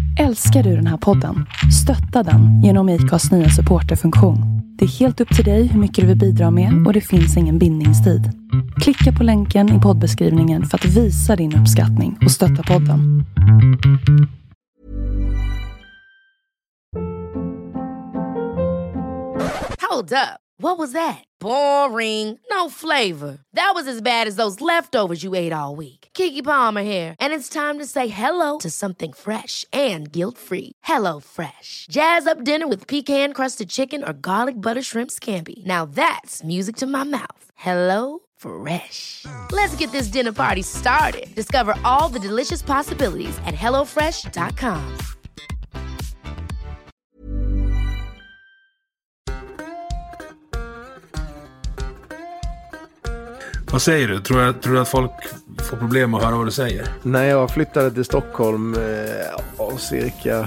Älskar du den här podden? Stötta den genom IKAs nya supporterfunktion. Det är helt upp till dig hur mycket du vill bidra med och det finns ingen bindningstid. Klicka på länken i poddbeskrivningen för att visa din uppskattning och stötta podden. Hold up. What was that? Boring. No flavor. That was as bad as those leftovers you ate all week. Keke Palmer here, and it's time to say hello to something fresh and guilt-free. Hello Fresh. Jazz up dinner with pecan-crusted chicken or garlic butter shrimp scampi. Now that's music to my mouth. Hello Fresh. Let's get this dinner party started. Discover all the delicious possibilities at hellofresh.com. Vad säger du? Tror du att folk får problem att höra vad du säger? När jag flyttade till Stockholm cirka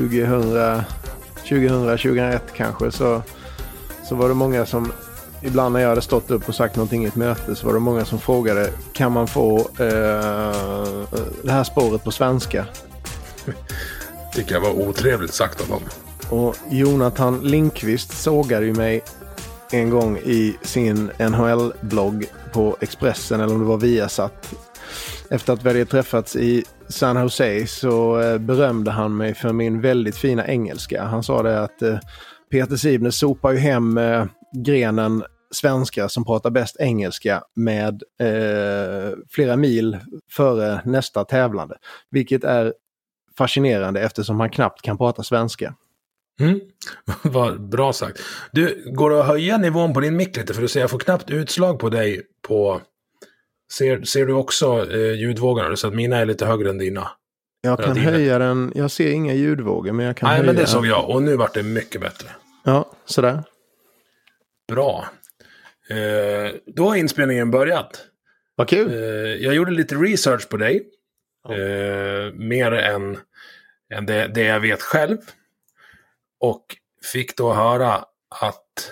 2001 kanske så var det många som, ibland när jag hade stått upp och sagt någonting i ett möte, så var det många som frågade, kan man få det här spåret på svenska? Tycker jag var otrevligt sagt av dem. Och Jonathan Lindqvist sågade ju mig en gång i sin NHL-blogg på Expressen, eller om det var Viasat. Efter att vi hade träffats i San Jose så berömde han mig för min väldigt fina engelska. Han sa det att Peter Sibner sopar ju hem grenen svenskar som pratar bäst engelska med flera mil före nästa tävlande. Vilket är fascinerande eftersom han knappt kan prata svenska. Vad bra sagt. Du, går det att höja nivån på din mick lite? För du ser, jag får knappt utslag på dig på... Ser du också ljudvågorna? Så att mina är lite högre än dina. Jag kan höja den. Jag ser inga ljudvågor, men jag kan höja. Nej, men det såg jag. Och nu vart det mycket bättre. Ja, sådär. Bra. Då har inspelningen börjat. Vad kul. Jag gjorde lite research på dig. Mer än det jag vet själv. Och fick då höra att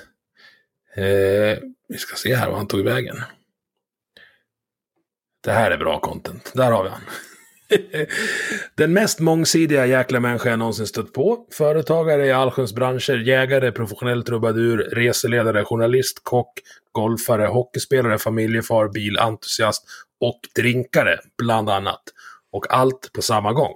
vi ska se här vad han tog vägen. Det här är bra content. Där har vi han. Den mest mångsidiga jäkla människa jag någonsin stött på. Företagare i allsköns branscher, jägare, professionell trubadur, reseledare, journalist, kock, golfare, hockeyspelare, familjefar, bilentusiast och drinkare bland annat. Och allt på samma gång.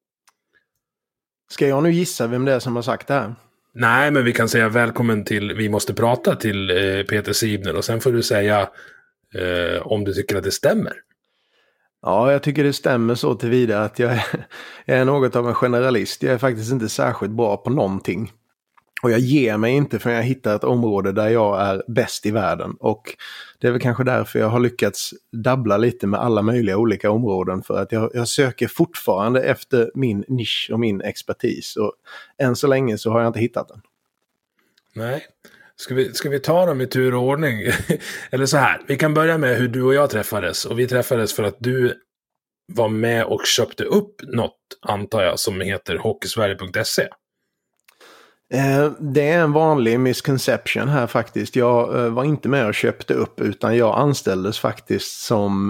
Ska jag nu gissa vem det är som har sagt det här? Nej, men vi kan säga välkommen till Vi måste prata till Peter Sibner. Och sen får du säga om du tycker att det stämmer. Ja, jag tycker det stämmer så tillvida att jag är något av en generalist. Jag är faktiskt inte särskilt bra på någonting. Och jag ger mig inte förrän jag hittar ett område där jag är bäst i världen. Och det är väl kanske därför jag har lyckats dabbla lite med alla möjliga olika områden. För att jag söker fortfarande efter min nisch och min expertis. Och än så länge så har jag inte hittat den. Nej. Ska vi ta dem i tur och ordning? Eller så här. Vi kan börja med hur du och jag träffades. Och vi träffades för att du var med och köpte upp något, antar jag, som heter hockeysverige.se. Det är en vanlig misconception här faktiskt. Jag var inte med och köpte upp, utan jag anställdes faktiskt som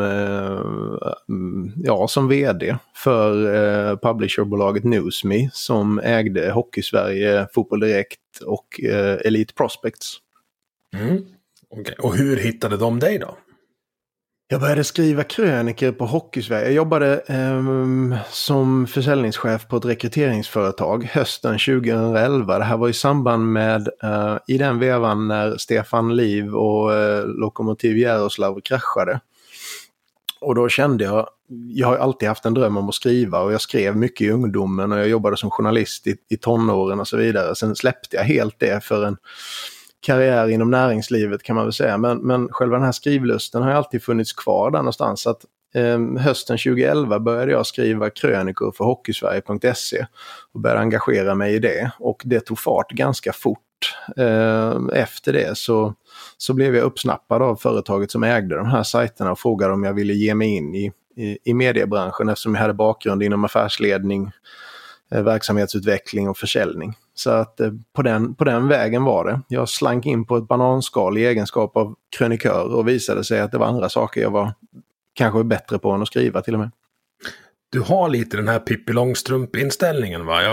vd för publisherbolaget Newsme som ägde Hockeysverige, Fotboll Direkt och Elite Prospects. Okay. Och hur hittade de dig då? Jag började skriva kröniker på Hockeysverige. Jag jobbade som försäljningschef på ett rekryteringsföretag hösten 2011. Det här var i samband med i den vevan när Stefan Liv och Lokomotiv Jaroslav kraschade. Och då kände jag har alltid haft en dröm om att skriva, och jag skrev mycket i ungdomen och jag jobbade som journalist i tonåren och så vidare. Sen släppte jag helt det för en karriär inom näringslivet, kan man väl säga. Men själva den här skrivlusten har alltid funnits kvar där någonstans. Så att, hösten 2011 började jag skriva krönikor för hockeysverige.se och började engagera mig i det. Och det tog fart ganska fort. Efter det så blev jag uppsnappad av företaget som ägde de här sajterna och frågade om jag ville ge mig in i mediebranschen, eftersom jag hade bakgrund inom affärsledning, verksamhetsutveckling och försäljning. Så att på den vägen var det. Jag slank in på ett bananskal i egenskap av krönikör och visade sig att det var andra saker jag var kanske bättre på än att skriva till och med. du har lite den här Pippi Långstrump-inställningen, va?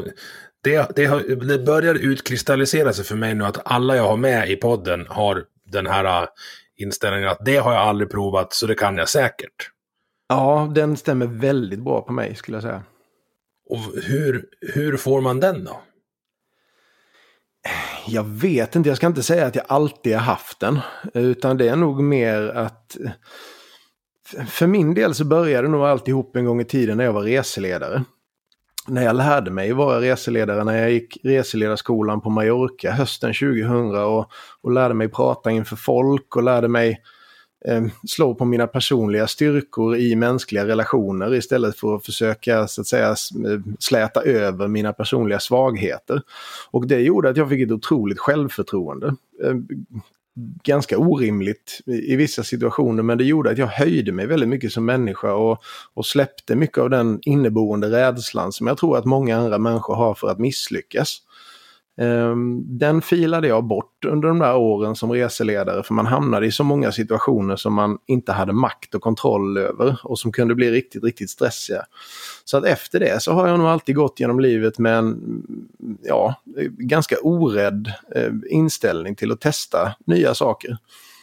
Det börjar utkristallisera sig för mig nu att alla jag har med i podden har den här inställningen att det har jag aldrig provat, så det kan jag säkert. Ja, den stämmer väldigt bra på mig, skulle jag säga. Och hur får man den då? Jag vet inte, jag ska inte säga att jag alltid har haft den. Utan det är nog mer att... För min del så började nog alltihop en gång i tiden när jag var reseledare. När jag lärde mig vara reseledare, när jag gick reseledarskolan på Mallorca hösten 2000 och lärde mig prata inför folk och lärde mig slå på mina personliga styrkor i mänskliga relationer istället för att försöka, så att säga, släta över mina personliga svagheter. Och det gjorde att jag fick ett otroligt självförtroende. Ganska orimligt i vissa situationer, men det gjorde att jag höjde mig väldigt mycket som människa och släppte mycket av den inneboende rädslan som jag tror att många andra människor har för att misslyckas. Den filade jag bort under de där åren som reseledare, för man hamnade i så många situationer som man inte hade makt och kontroll över och som kunde bli riktigt, riktigt stressiga. Så att efter det så har jag nog alltid gått genom livet med en ganska orädd inställning till att testa nya saker.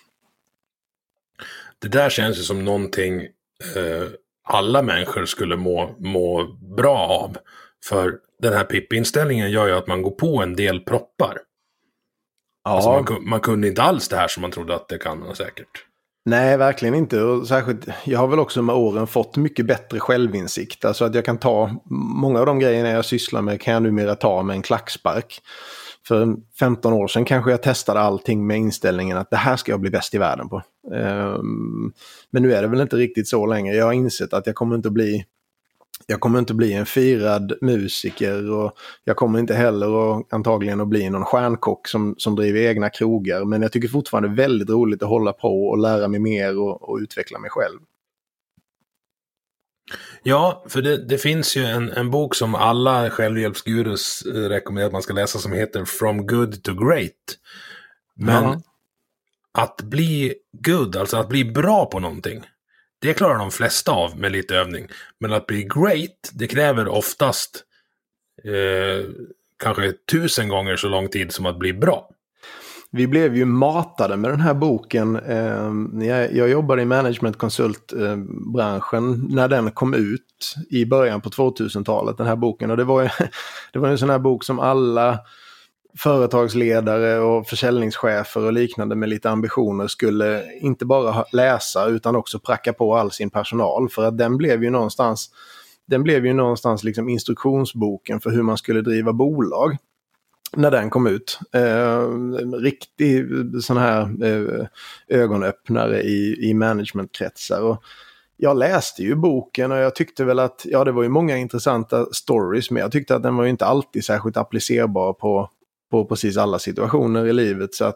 Det där känns ju som någonting alla människor skulle må bra av, för den här Pippi-inställningen gör ju att man går på en del proppar. Ja. Alltså man kunde inte alls det här som man trodde att det kan man säkert. Nej, verkligen inte. Och särskilt, jag har väl också med åren fått mycket bättre självinsikt. Alltså att jag kan ta många av de grejerna jag sysslar med kan jag numera ta med en klackspark. För 15 år sedan kanske jag testade allting med inställningen att det här ska jag bli bäst i världen på. Men nu är det väl inte riktigt så längre. Jag har insett att jag kommer inte bli en firad musiker, och jag kommer inte heller antagligen att bli någon stjärnkock som driver egna krogar. Men jag tycker fortfarande det är väldigt roligt att hålla på och lära mig mer och utveckla mig själv. Ja, för det finns ju en bok som alla självhjälpsgurus rekommenderar att man ska läsa som heter From Good to Great. Men att bli good, alltså att bli bra på någonting, det klarar de flesta av med lite övning. Men att bli great, det kräver oftast kanske 1000 gånger så lång tid som att bli bra. Vi blev ju matade med den här boken. Jag jobbade i managementkonsultbranschen när den kom ut i början på 2000-talet, den här boken. Och det var en sån här bok som alla företagsledare och försäljningschefer och liknande med lite ambitioner skulle inte bara läsa utan också pracka på all sin personal, för att den blev ju någonstans liksom instruktionsboken för hur man skulle driva bolag när den kom ut. Riktig sån här ögonöppnare i managementkretsar. Och jag läste ju boken och jag tyckte väl att det var ju många intressanta stories, men jag tyckte att den var ju inte alltid särskilt applicerbar på precis alla situationer i livet. Så att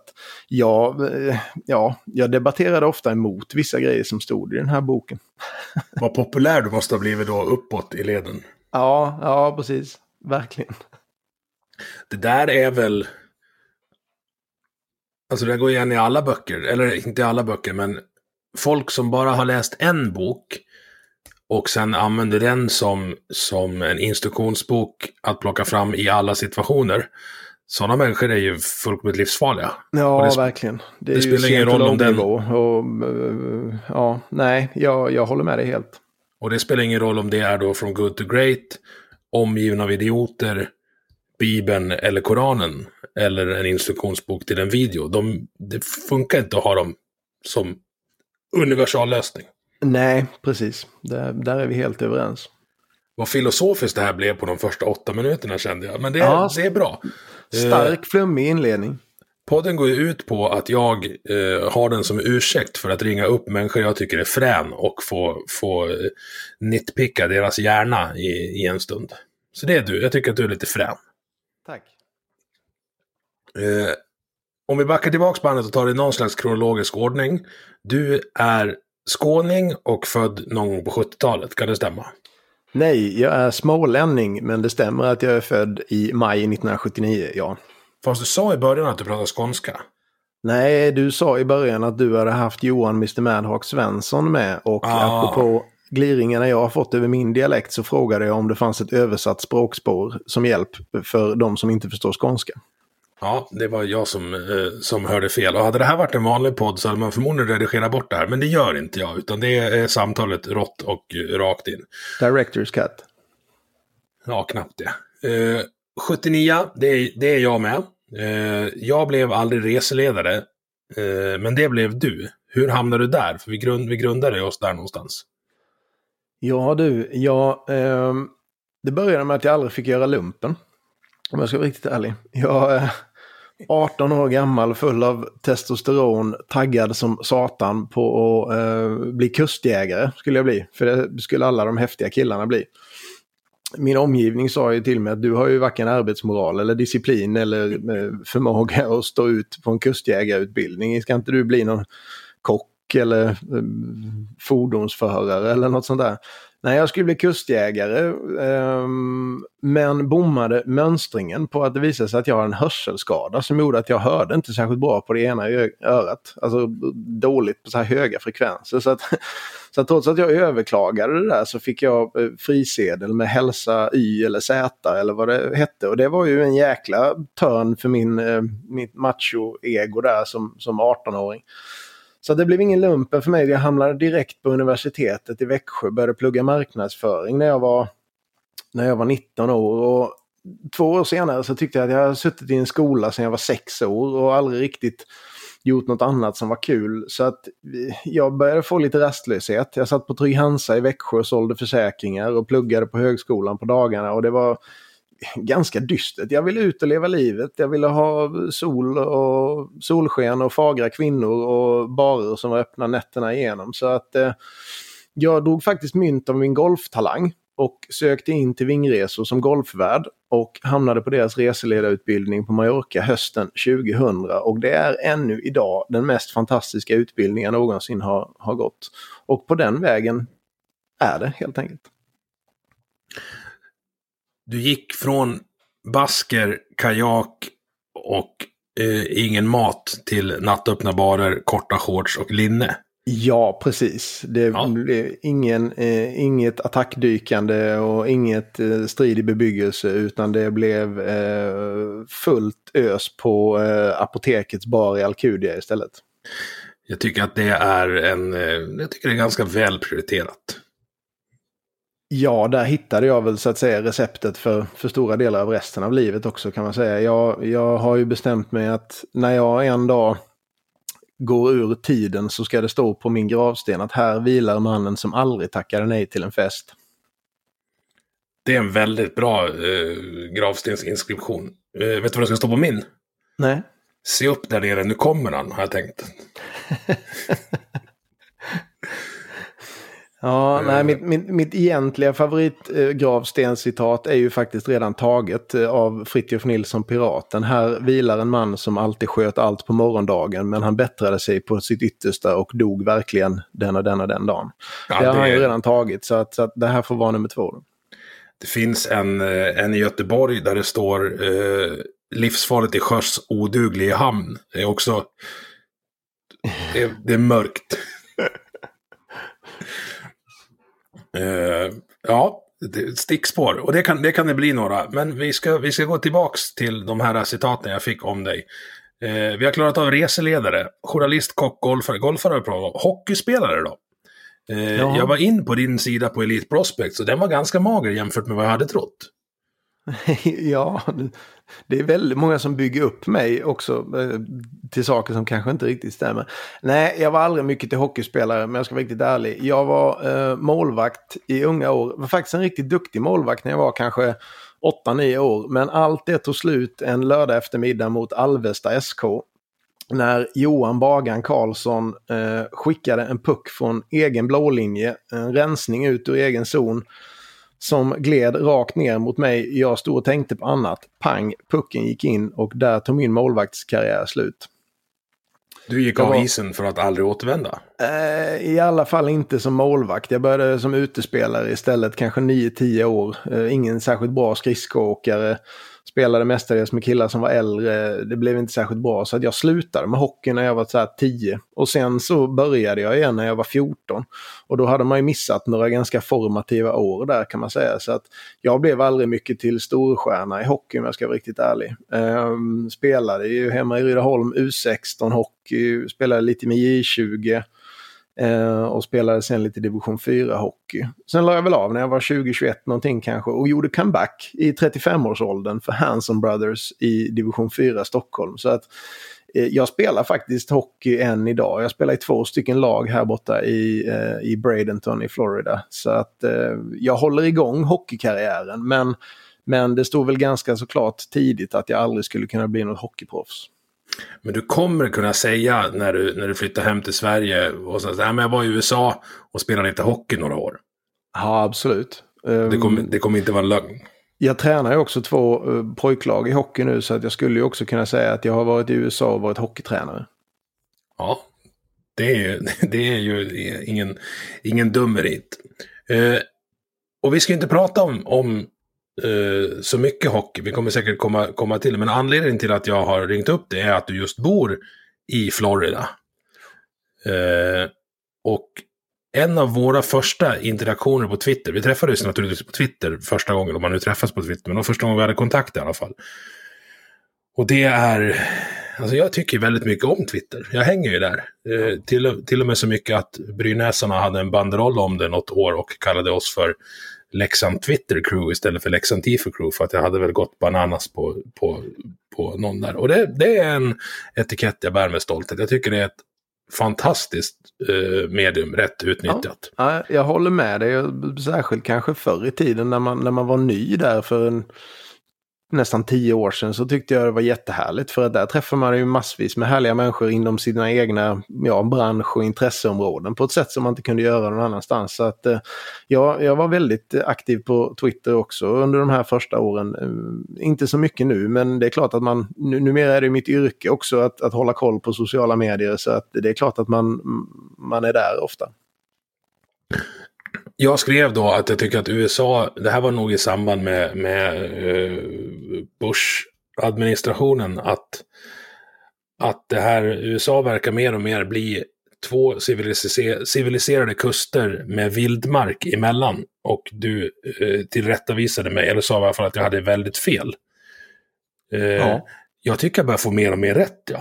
jag debatterade ofta emot vissa grejer som stod i den här boken. Vad populär du måste ha blivit då uppåt i leden. Ja, precis. Verkligen. Det där är väl... Alltså det går igen i alla böcker. Eller inte i alla böcker, men folk som bara har läst en bok och sen använder den som en instruktionsbok att plocka fram i alla situationer. Sådana människor är ju fullkomligt livsfarliga. Ja, verkligen. Det spelar ingen roll om den... Jag håller med dig helt. Och det spelar ingen roll om det är då From Good to Great, Omgiven av idioter, Bibeln eller Koranen eller en instruktionsbok till en video. Det funkar inte att ha dem som universal lösning. Nej, precis. Där är vi helt överens. Vad filosofiskt det här blev på de första 8 minuterna, kände jag. Men det är bra. Stark, flummig inledning. Podden går ju ut på att jag har den som ursäkt för att ringa upp människor jag tycker är frän och få nitpicka deras hjärna i en stund. Så det är du. Jag tycker att du är lite frän. Tack. Om vi backar tillbaka bandet och tar det i någon slags kronologisk ordning. Du är skåning och född någon gång på 70-talet. Kan det stämma? Nej, jag är smålänning, men det stämmer att jag är född i maj 1979, ja. Fast du sa i början att du pratar skånska. Nej, du sa i början att du hade haft Johan Mr. Madhawk Svensson med, och apropå gliringarna jag har fått över min dialekt så frågade jag om det fanns ett översatt språkspår som hjälp för de som inte förstår skånska. Ja, det var jag som hörde fel. Och hade det här varit en vanlig podd så hade man förmodligen redigerat bort det här. Men det gör inte jag, utan det är samtalet rått och rakt in. Director's cut. Ja, knappt det. 79, det är jag med. Jag blev aldrig reseledare, men det blev du. Hur hamnade du där? För vi grundade oss där någonstans. Ja du, det började med att jag aldrig fick göra lumpen. Om jag ska vara riktigt ärlig. Jag är 18 år gammal, full av testosteron, taggad som satan på att bli kustjägare skulle jag bli. För det skulle alla de häftiga killarna bli. Min omgivning sa ju till mig att du har ju varken arbetsmoral eller disciplin eller förmåga att stå ut på en kustjägarutbildning. Ska inte du bli någon kock eller fordonsförare eller något sånt där? Nej, jag skulle bli kustjägare men bommade mönstringen på att det visade sig att jag har en hörselskada som gjorde att jag hörde inte särskilt bra på det ena örat. Alltså dåligt på så här höga frekvenser. Så att trots att jag överklagade det där så fick jag frisedel med hälsa Y eller Z eller vad det hette. Och det var ju en jäkla törn för mitt macho-ego där som 18-åring. Så det blev ingen lumpen för mig. Jag hamnade direkt på universitetet i Växjö. Började plugga marknadsföring när jag var 19 år. Och 2 år senare så tyckte jag att jag hade suttit i en skola sedan jag var 6 år. Och aldrig riktigt gjort något annat som var kul. Så att jag började få lite rastlöshet. Jag satt på Trygg Hansa i Växjö och sålde försäkringar. Och pluggade på högskolan på dagarna. Och det var ganska dystert. Jag ville ut och leva livet. Jag ville ha solsken och fagra kvinnor och barer som var öppna nätterna igenom. Så att jag drog faktiskt mynt av min golftalang och sökte in till Vingresor som golfvärd och hamnade på deras reseledarutbildning på Mallorca hösten 2000. Och det är ännu idag den mest fantastiska utbildningen jag någonsin har gått. Och på den vägen är det helt enkelt. Du gick från basker, kajak och ingen mat till nattöppna barer, korta shorts och linne. Ja, precis. Det blev inget attackdykande och inget strid i bebyggelse utan det blev fullt ös på apotekets bar i Alcudia istället. Jag tycker att det är ganska väl prioriterat. Ja, där hittade jag väl så att säga receptet för stora delar av resten av livet också kan man säga. Jag har ju bestämt mig att när jag en dag går ur tiden så ska det stå på min gravsten att här vilar mannen som aldrig tackade nej till en fest. Det är en väldigt bra gravstensinskription. Vet du vad det ska stå på min? Nej. Se upp där nere, nu kommer han, har jag tänkt. Ja, nej, mitt egentliga favoritgravstenscitat är ju faktiskt redan taget av Fritiof Nilsson, Piraten. Här vilar en man som alltid sköt allt på morgondagen men han bättrade sig på sitt yttersta och dog verkligen den dagen. Ja, det har han ju redan tagit så att det här får vara nummer 2. Då. Det finns en i Göteborg där det står livsfarligt i sjöss, oduglig i hamn. Det är också det är mörkt. Ja, stickspår. Och det kan det bli några. Men vi ska gå tillbaks till de här citaten jag fick om dig. Vi har klarat av reseledare, journalist, kock, golfare och hockeyspelare då. Ja. Jag var in på din sida på Elite Prospect så den var ganska mager jämfört med vad jag hade trott. Ja, det är väldigt många som bygger upp mig också till saker som kanske inte riktigt stämmer. Nej, jag var aldrig mycket till hockeyspelare men jag ska vara riktigt ärlig. Jag var målvakt i unga år. Jag var faktiskt en riktigt duktig målvakt när jag var kanske 8-9 år. Men allt det tog slut en lördag eftermiddag mot Alvesta SK. När Johan Bagan Karlsson skickade en puck från egen blålinje. En rensning ut ur egen zon. Som gled rakt ner mot mig. Jag stod och tänkte på annat. Pang, pucken gick in och där tog min målvaktskarriär slut. Du gick av isen för att aldrig återvända? I alla fall inte som målvakt. Jag började som utespelare istället, kanske 9-10 år. Ingen särskilt bra skridskoåkare. Spelade mestadels med killar som var äldre. Det blev inte särskilt bra, så att jag slutade med hockey när jag var så här 10. Och sen så började jag igen när jag var 14. Och då hade man ju missat några ganska formativa år där, kan man säga. Så att jag blev aldrig mycket till storstjärna i hockey, om jag ska vara riktigt ärlig. Spelade ju hemma i Rydaholm U16 hockey. Spelade lite med J20. Och spelade sen lite division 4 hockey. Sen la jag väl av när jag var 20-21 någonting kanske och gjorde comeback i 35-årsåldern för Hanson Brothers i division 4 Stockholm. Så att jag spelar faktiskt hockey än idag. Jag spelar i 2 stycken lag här borta i Bradenton i Florida. Så att jag håller igång hockeykarriären, men det stod väl ganska såklart tidigt att jag aldrig skulle kunna bli något hockeyproffs. Men du kommer kunna säga när du flyttar hem till Sverige och så, men jag var i USA och spelade lite hockey några år. Ja, absolut. Det kommer inte vara en lögn. Jag tränar ju också 2 pojklag i hockey nu, så att jag skulle ju också kunna säga att jag har varit i USA och varit hockeytränare. Ja, det är ju ingen dum merit. Och vi ska inte prata om så mycket hockey. Vi kommer säkert komma till det. Men anledningen till att jag har ringt upp det är att du just bor i Florida. Och en av våra första interaktioner på Twitter, vi träffades naturligtvis på Twitter första gången, om man nu träffas på Twitter, men första gången vi hade kontakt i alla fall. Och det är, alltså jag tycker väldigt mycket om Twitter. Jag hänger ju där. Till och med så mycket att Brynäsarna hade en banderoll om det något år och kallade oss för Leksand Twitter Crew istället för Leksand Tifo Crew, för att jag hade väl gått bananas på någon där. Och det är en etikett jag bär med stolthet. Jag tycker det är ett fantastiskt medium, rätt utnyttjat. Ja, jag håller med dig. Särskilt kanske förr i tiden när man var ny där för nästan 10 år sedan, så tyckte jag det var jättehärligt, för att där träffar man ju massvis med härliga människor inom sina egna bransch- och intresseområden på ett sätt som man inte kunde göra någon annanstans. Så att jag var väldigt aktiv på Twitter också under de här första åren. Inte så mycket nu, men det är klart att numera är det mitt yrke också att hålla koll på sociala medier, så att det är klart att man är där ofta. Jag skrev då att jag tycker att USA, det här var nog i samband med Bush-administrationen, att det här USA verkar mer och mer bli 2 civiliserade kuster med vildmark emellan. Och du tillrättavisade mig, eller sa i alla fall att jag hade väldigt fel. Ja. Jag tycker jag börjar få mer och mer rätt, ja.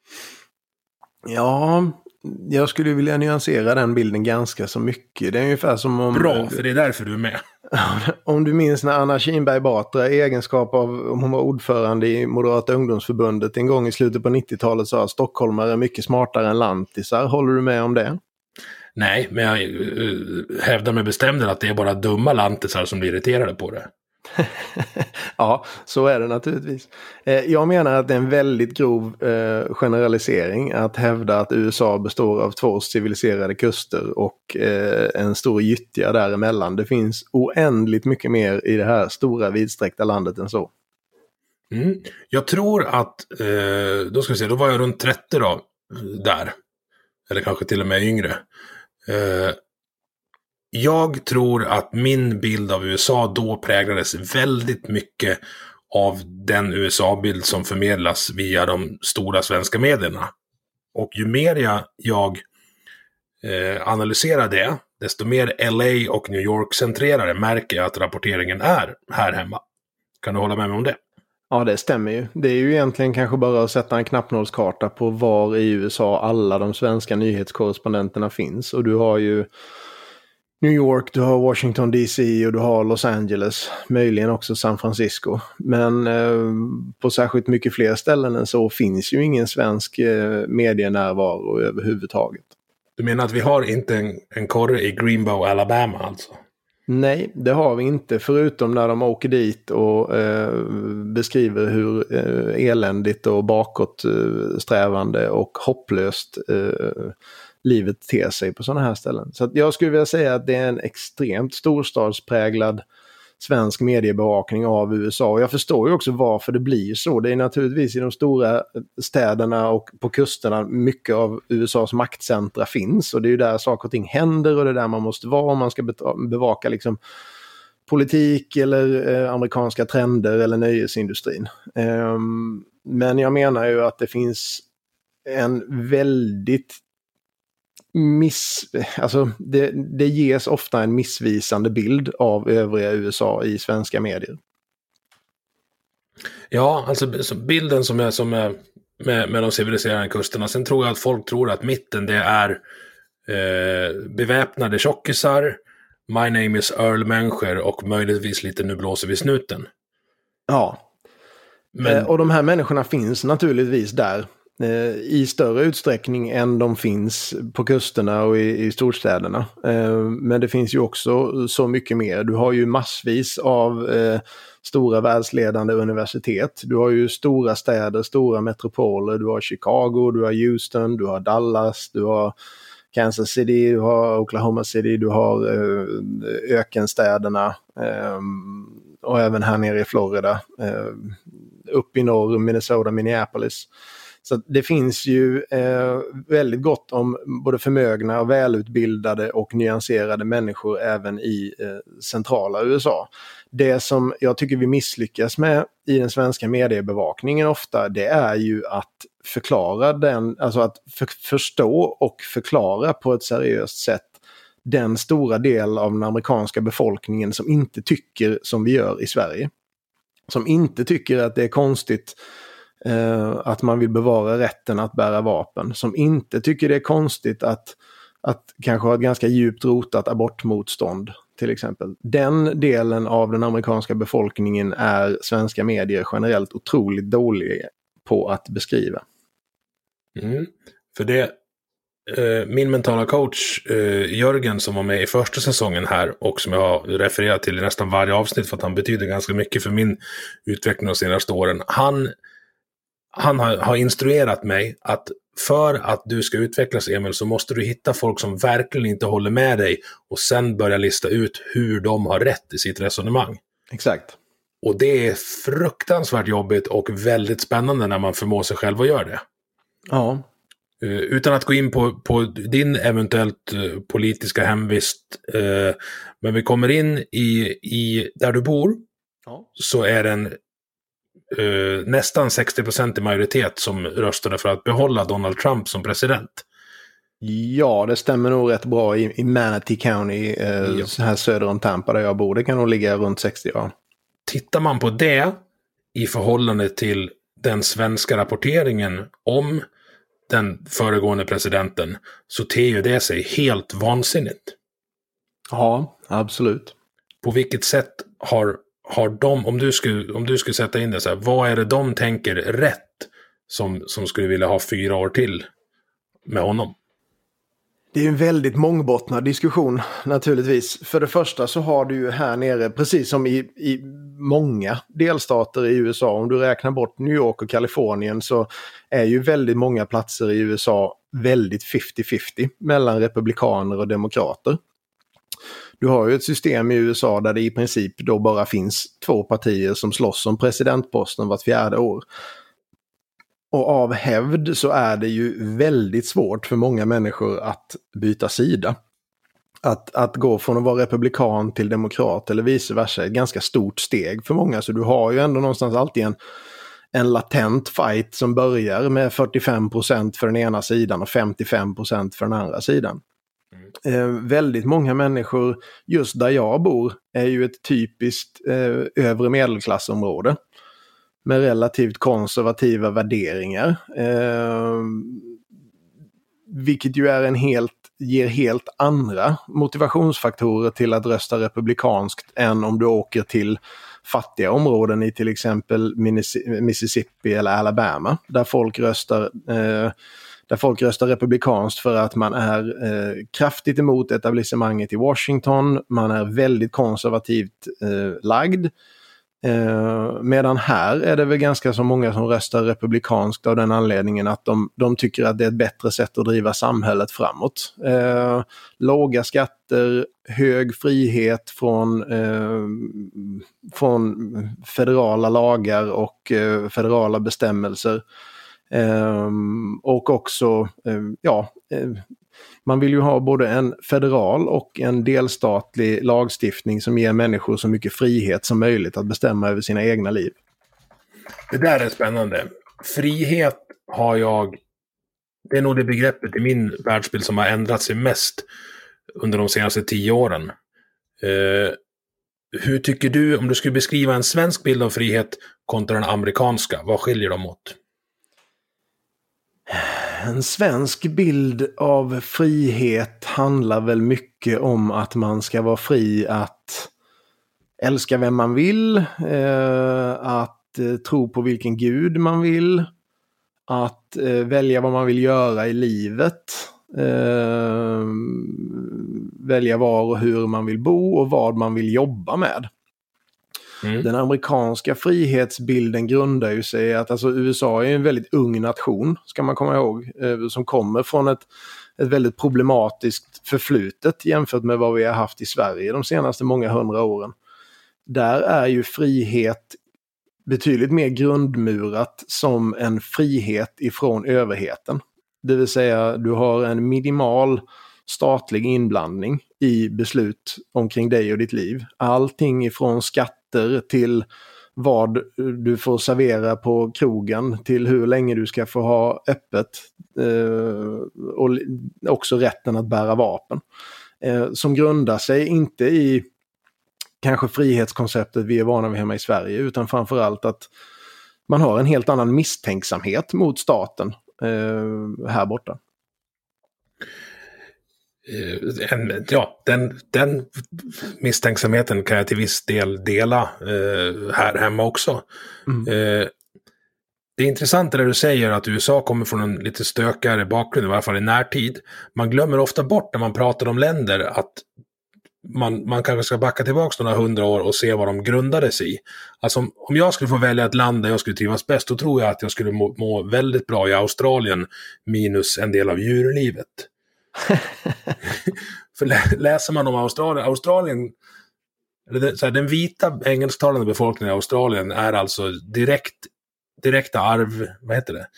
Ja, jag skulle vilja nyansera den bilden ganska så mycket. Det är ungefär som om... Bra, för det är därför du är med. Om du minns när Anna Kinberg Batra i egenskap av, om hon var ordförande i Moderata ungdomsförbundet en gång i slutet på 90-talet, sa att stockholmare är mycket smartare än lantisar. Håller du med om det? Nej, men jag hävdar med bestämdhet att det är bara dumma lantisar som blir irriterade på det. Ja, så är det naturligtvis. Jag menar att det är en väldigt grov generalisering att hävda att USA består av 2 civiliserade kuster och en stor gyttja däremellan. Det finns oändligt mycket mer i det här stora vidsträckta landet än så. Jag tror att, då ska vi se, då var jag runt 30 då, där. Eller kanske till och med yngre. Jag tror att min bild av USA då präglades väldigt mycket av den USA-bild som förmedlas via de stora svenska medierna. Och ju mer jag analyserar det, desto mer LA och New York-centrerade märker jag att rapporteringen är här hemma. Kan du hålla med mig om det? Ja, det stämmer ju. Det är ju egentligen kanske bara att sätta en knappnålskarta på var i USA alla de svenska nyhetskorrespondenterna finns. Och du har ju New York, du har Washington DC och du har Los Angeles, möjligen också San Francisco. Men på särskilt mycket fler ställen än så finns ju ingen svensk medienärvaro överhuvudtaget. Du menar att vi har inte en korre i Greenbow, Alabama alltså? Nej, det har vi inte, förutom när de åker dit och beskriver hur eländigt och bakåtsträvande och hopplöst livet ter sig på sådana här ställen. Så att jag skulle vilja säga att det är en extremt storstadspräglad svensk mediebevakning av USA. Och jag förstår ju också varför det blir så. Det är naturligtvis i de stora städerna och på kusterna mycket av USAs maktcentra finns. Och det är ju där saker och ting händer och det är där man måste vara om man ska bevaka liksom politik eller amerikanska trender eller nöjesindustrin. Men jag menar ju att det finns en väldigt det ges ofta en missvisande bild av övriga USA i svenska medier. Ja, alltså bilden som är med de civiliserade kusterna. Sen tror jag att folk tror att mitten det är beväpnade tjockisar, My name is Earl-människor och möjligtvis lite nu blåser vi snuten. Ja, och de här människorna finns naturligtvis där i större utsträckning än de finns på kusterna och i storstäderna. Men det finns ju också så mycket mer. Du har ju massvis av stora världsledande universitet. Du har ju stora städer, stora metropoler. Du har Chicago, du har Houston, du har Dallas, du har Kansas City, du har Oklahoma City, du har ökenstäderna och även här nere i Florida, upp i norr, Minnesota, Minneapolis. Så det finns ju väldigt gott om både förmögna och välutbildade och nyanserade människor även i centrala USA. Det som jag tycker vi misslyckas med i den svenska mediebevakningen ofta, det är ju att förklara den, alltså att förstå och förklara på ett seriöst sätt den stora del av den amerikanska befolkningen som inte tycker som vi gör i Sverige. Som inte tycker att det är konstigt att man vill bevara rätten att bära vapen. Som inte tycker det är konstigt att kanske ha ett ganska djupt rotat abortmotstånd till exempel. Den delen av den amerikanska befolkningen är svenska medier generellt otroligt dåliga på att beskriva. För det min mentala coach Jörgen som var med i första säsongen här och som jag har refererat till i nästan varje avsnitt för att han betyder ganska mycket för min utveckling de senaste åren. Han har instruerat mig att för att du ska utvecklas, Emil, så måste du hitta folk som verkligen inte håller med dig och sen börja lista ut hur de har rätt i sitt resonemang. Exakt. Och det är fruktansvärt jobbigt och väldigt spännande när man förmår sig själv att göra det. Ja. Utan att gå in på din eventuellt politiska hemvist, men vi kommer in i där du bor, så är den nästan 60% i majoritet som röstade för att behålla Donald Trump som president. Ja, det stämmer nog rätt bra i Manatee County, här söder om Tampa där jag bor. Det kan nog ligga runt 60, ja. Tittar man på det i förhållande till den svenska rapporteringen om den föregående presidenten, så ter ju det sig helt vansinnigt. Ja, absolut. På vilket sätt har de, om du skulle sätta in det så här, vad är det de tänker rätt som skulle vilja ha 4 år till med honom? Det är en väldigt mångbottnad diskussion naturligtvis. För det första så har du ju här nere, precis som i många delstater i USA, om du räknar bort New York och Kalifornien, så är ju väldigt många platser i USA väldigt 50-50 mellan republikaner och demokrater. Du har ju ett system i USA där det i princip då bara finns 2 partier som slåss om presidentposten vart 4:e år. Och av hävd så är det ju väldigt svårt för många människor att byta sida. Att gå från att vara republikan till demokrat eller vice versa är ett ganska stort steg för många. Så du har ju ändå någonstans alltid en latent fight som börjar med 45% för den ena sidan och 55% för den andra sidan. Väldigt många människor just där jag bor är ju ett typiskt övre medelklassområde med relativt konservativa värderingar, vilket ju är ger helt andra motivationsfaktorer till att rösta republikanskt än om du åker till fattiga områden i till exempel Mississippi eller Alabama där folk röstar republikanskt för att man är kraftigt emot etablissemanget i Washington, man är väldigt konservativt lagd. Medan här är det väl ganska så många som röstar republikanskt av den anledningen att de tycker att det är ett bättre sätt att driva samhället framåt. Låga skatter, hög frihet från federala lagar och federala bestämmelser. Och också, man vill ju ha både en federal och en delstatlig lagstiftning som ger människor så mycket frihet som möjligt att bestämma över sina egna liv. Det där är spännande. Frihet det är nog det begreppet i min världsbild som har ändrat sig mest under de senaste 10 åren. Hur tycker du, om du skulle beskriva en svensk bild av frihet kontra den amerikanska, vad skiljer de åt? En svensk bild av frihet handlar väl mycket om att man ska vara fri att älska vem man vill, att tro på vilken gud man vill, att välja vad man vill göra i livet, välja var och hur man vill bo och vad man vill jobba med. Den amerikanska frihetsbilden grundar ju sig att USA är en väldigt ung nation, ska man komma ihåg, som kommer från ett väldigt problematiskt förflutet jämfört med vad vi har haft i Sverige de senaste många 100 åren. Där är ju frihet betydligt mer grundmurat som en frihet ifrån överheten. Det vill säga, du har en minimal statlig inblandning i beslut omkring dig och ditt liv. Allting ifrån skatter till vad du får servera på krogen, till hur länge du ska få ha öppet, och också rätten att bära vapen. Som grundar sig inte i kanske frihetskonceptet vi är vana vid hemma i Sverige, utan framförallt att man har en helt annan misstänksamhet mot staten här borta. Den misstänksamheten kan jag till viss del dela här hemma också. Det är intressant det du säger att USA kommer från en lite stökigare bakgrund, i varje fall i närtid. Man glömmer ofta bort när man pratar om länder att man kanske ska backa tillbaka några 100 år och se vad de grundade sig i. Alltså om jag skulle få välja ett land där jag skulle trivas bäst, då tror jag att jag skulle må väldigt bra i Australien minus en del av djurlivet. För läser man om Australien den vita engelsktalande befolkningen i Australien är alltså direkta arv, vad heter det?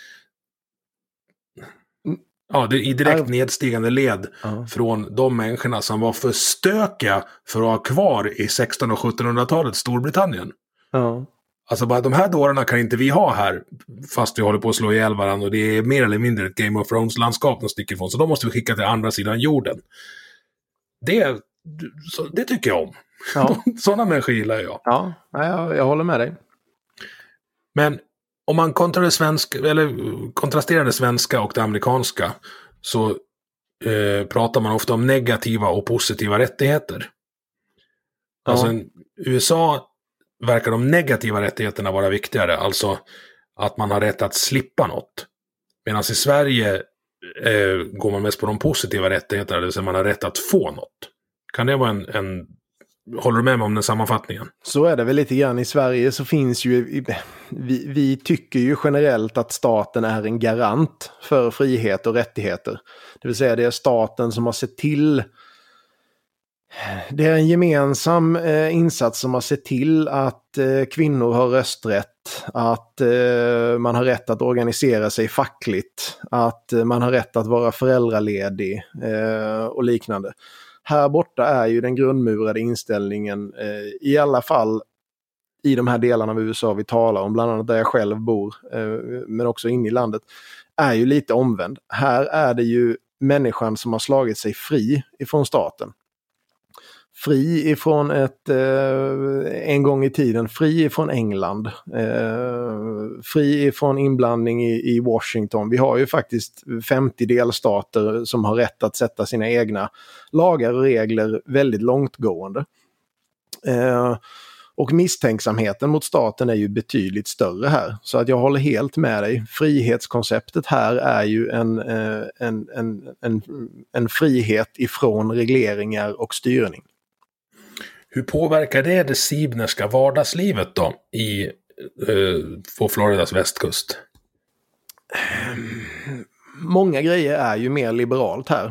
Ja, det är i direkt nedstigande led från de människorna som var för stökiga för att ha kvar i 1600- och 1700-talet Storbritannien. Alltså bara de här dårarna kan inte vi ha här, fast vi håller på att slå ihjäl varandra och det är mer eller mindre ett Game of Thrones-landskap de sticker ifrån, så då måste vi skicka till andra sidan jorden. Det tycker jag om. Ja. Sådana människor gillar jag. Ja, jag håller med dig. Men om man kontrasterar det svenska och det amerikanska, så pratar man ofta om negativa och positiva rättigheter. Ja. Alltså USA verkar de negativa rättigheterna vara viktigare, alltså att man har rätt att slippa något. Medan i Sverige går man mest på de positiva rättigheterna, det vill säga man har rätt att få något. Kan det vara en håller du med mig om den sammanfattningen? Så är det väl lite grann. I Sverige så finns ju, vi tycker ju generellt att staten är en garant för frihet och rättigheter. Det vill säga det är staten som har sett till, det är en gemensam insats som har sett till att kvinnor har rösträtt, att man har rätt att organisera sig fackligt, att man har rätt att vara föräldraledig och liknande. Här borta är ju den grundmurade inställningen, i alla fall i de här delarna av USA vi talar om, bland annat där jag själv bor, men också inne i landet, är ju lite omvänd. Här är det ju människan som har slagit sig fri ifrån staten. Fri ifrån en gång i tiden, fri ifrån England, fri ifrån inblandning i Washington. Vi har ju faktiskt 50 delstater som har rätt att sätta sina egna lagar och regler väldigt långtgående. Och misstänksamheten mot staten är ju betydligt större här. Så att jag håller helt med dig. Frihetskonceptet här är ju en frihet ifrån regleringar och styrning. Hur påverkar det sibnerska vardagslivet då på Floridas västkust? Många grejer är ju mer liberalt här.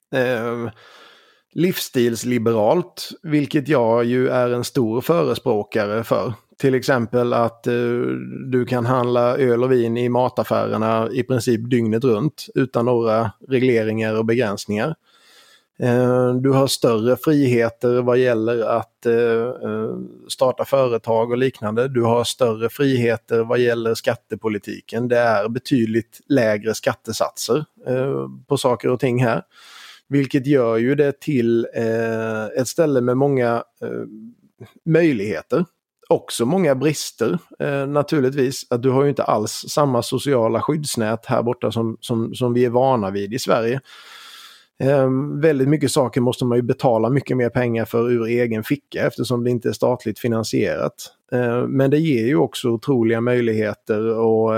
Livsstilsliberalt, vilket jag ju är en stor förespråkare för. Till exempel att du kan handla öl och vin i mataffärerna i princip dygnet runt utan några regleringar och begränsningar. Du har större friheter vad gäller att starta företag och liknande. Du har större friheter vad gäller skattepolitiken. Det är betydligt lägre skattesatser på saker och ting här. Vilket gör ju det till ett ställe med många möjligheter. Också många brister naturligtvis. Att du har ju inte alls samma sociala skyddsnät här borta som vi är vana vid i Sverige. Väldigt mycket saker måste man ju betala mycket mer pengar för ur egen ficka eftersom det inte är statligt finansierat. Men det ger ju också otroliga möjligheter och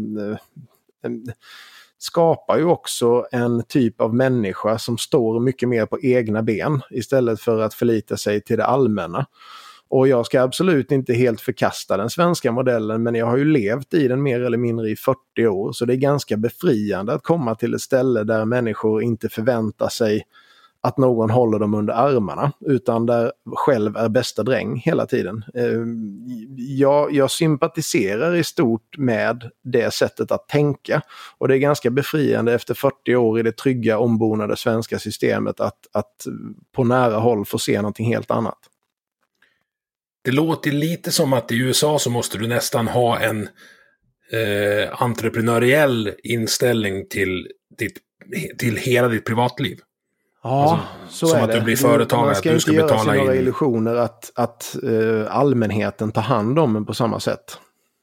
skapar ju också en typ av människa som står mycket mer på egna ben istället för att förlita sig till det allmänna. Och jag ska absolut inte helt förkasta den svenska modellen, men jag har ju levt i den mer eller mindre i 40 år, så det är ganska befriande att komma till ett ställe där människor inte förväntar sig att någon håller dem under armarna, utan där själv är bästa dräng hela tiden. Jag sympatiserar i stort med det sättet att tänka, och det är ganska befriande efter 40 år i det trygga ombonade svenska systemet att på nära håll få se någonting helt annat. Det låter lite som att i USA så måste du nästan ha en entreprenöriell inställning till hela ditt privatliv. Ja, alltså, så som är att det. du blir företagare, man ska att du ska inte betala göra sig några in. illusioner att allmänheten tar hand om en på samma sätt.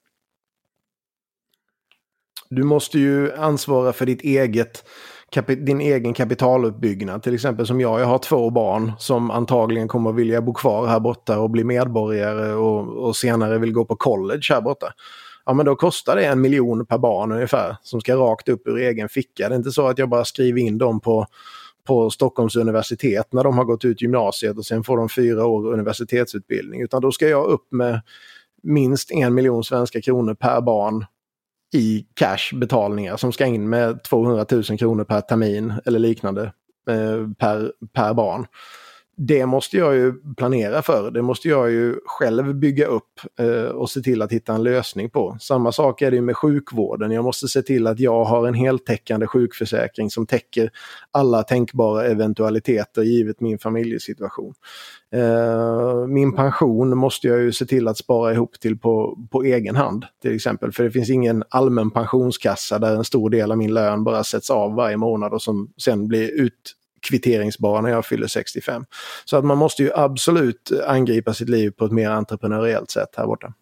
Du måste ju ansvara för din egen kapitaluppbyggnad. Till exempel som jag har 2 barn som antagligen kommer att vilja bo kvar här borta och bli medborgare och senare vill gå på college här borta. Ja, men då kostar det 1 miljon per barn ungefär som ska rakt upp ur egen ficka. Det är inte så att jag bara skriver in dem på Stockholms universitet när de har gått ut gymnasiet och sen får de 4 år universitetsutbildning, utan då ska jag upp med minst 1 miljon svenska kronor per barn i cashbetalningar som ska in med 200 000 kronor per termin eller liknande per barn. Det måste jag ju planera för. Det måste jag ju själv bygga upp och se till att hitta en lösning på. Samma sak är det med sjukvården. Jag måste se till att jag har en heltäckande sjukförsäkring som täcker alla tänkbara eventualiteter givet min familjesituation. Min pension måste jag ju se till att spara ihop till på egen hand till exempel. För det finns ingen allmän pensionskassa där en stor del av min lön bara sätts av varje månad och som sen blir utkvitteringsbar när jag fyller 65. Så att man måste ju absolut angripa sitt liv på ett mer entreprenöriellt sätt här borta.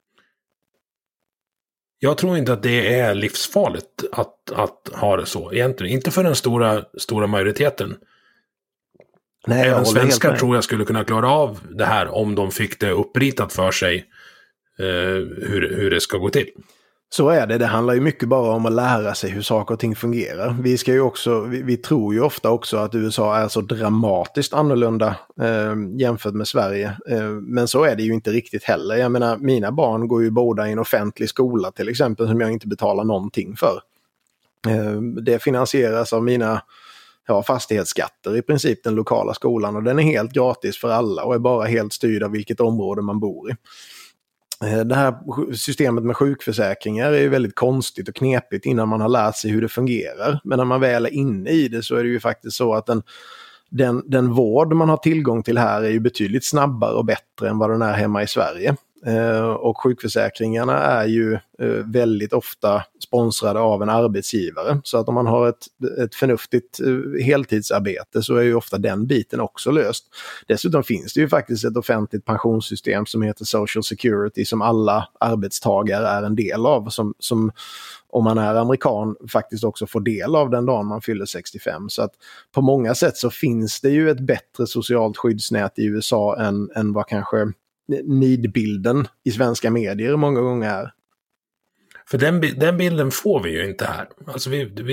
Jag tror inte att det är livsfarligt att ha det så egentligen. Inte för den stora majoriteten. Nej, även svenskar tror jag skulle kunna klara av det här om de fick det uppritat för sig hur det ska gå till. Så är det. Det handlar ju mycket bara om att lära sig hur saker och ting fungerar. Vi tror ju ofta också att USA är så dramatiskt annorlunda jämfört med Sverige. Men så är det ju inte riktigt heller. Jag menar, mina barn går ju båda i en offentlig skola till exempel som jag inte betalar någonting för. Det finansieras av mina fastighetsskatter i princip, den lokala skolan, och den är helt gratis för alla och är bara helt styrd av vilket område man bor i. Det här systemet med sjukförsäkringar är ju väldigt konstigt och knepigt innan man har lärt sig hur det fungerar. Men när man väl är inne i det så är det ju faktiskt så att den vård man har tillgång till här är ju betydligt snabbare och bättre än vad den är hemma i Sverige. Och sjukförsäkringarna är ju väldigt ofta sponsrade av en arbetsgivare. Så att om man har ett förnuftigt heltidsarbete så är ju ofta den biten också löst. Dessutom finns det ju faktiskt ett offentligt pensionssystem som heter Social Security som alla arbetstagare är en del av. Som om man är amerikan faktiskt också får del av den dagen man fyller 65. Så att på många sätt så finns det ju ett bättre socialt skyddsnät i USA än vad kanske nidbilden i svenska medier många gånger är. För den bilden får vi ju inte här. Alltså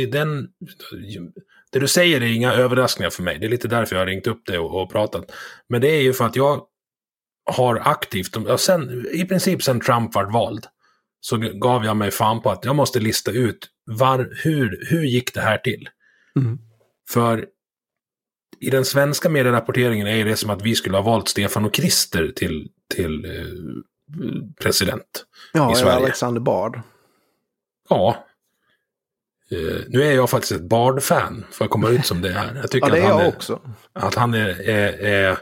det du säger är inga överraskningar för mig. Det är lite därför jag har ringt upp dig och pratat. Men det är ju för att har aktivt, i princip sen Trump var vald, så gav jag mig fan på att jag måste lista ut hur gick det här till? För i den svenska medierapporteringen är det som att vi skulle ha valt Stefan och Krister till president i Sverige. Alexander Bard. Ja. Nu är jag faktiskt ett Bard-fan för att komma ut som det är. Jag tycker det är jag också. Att han är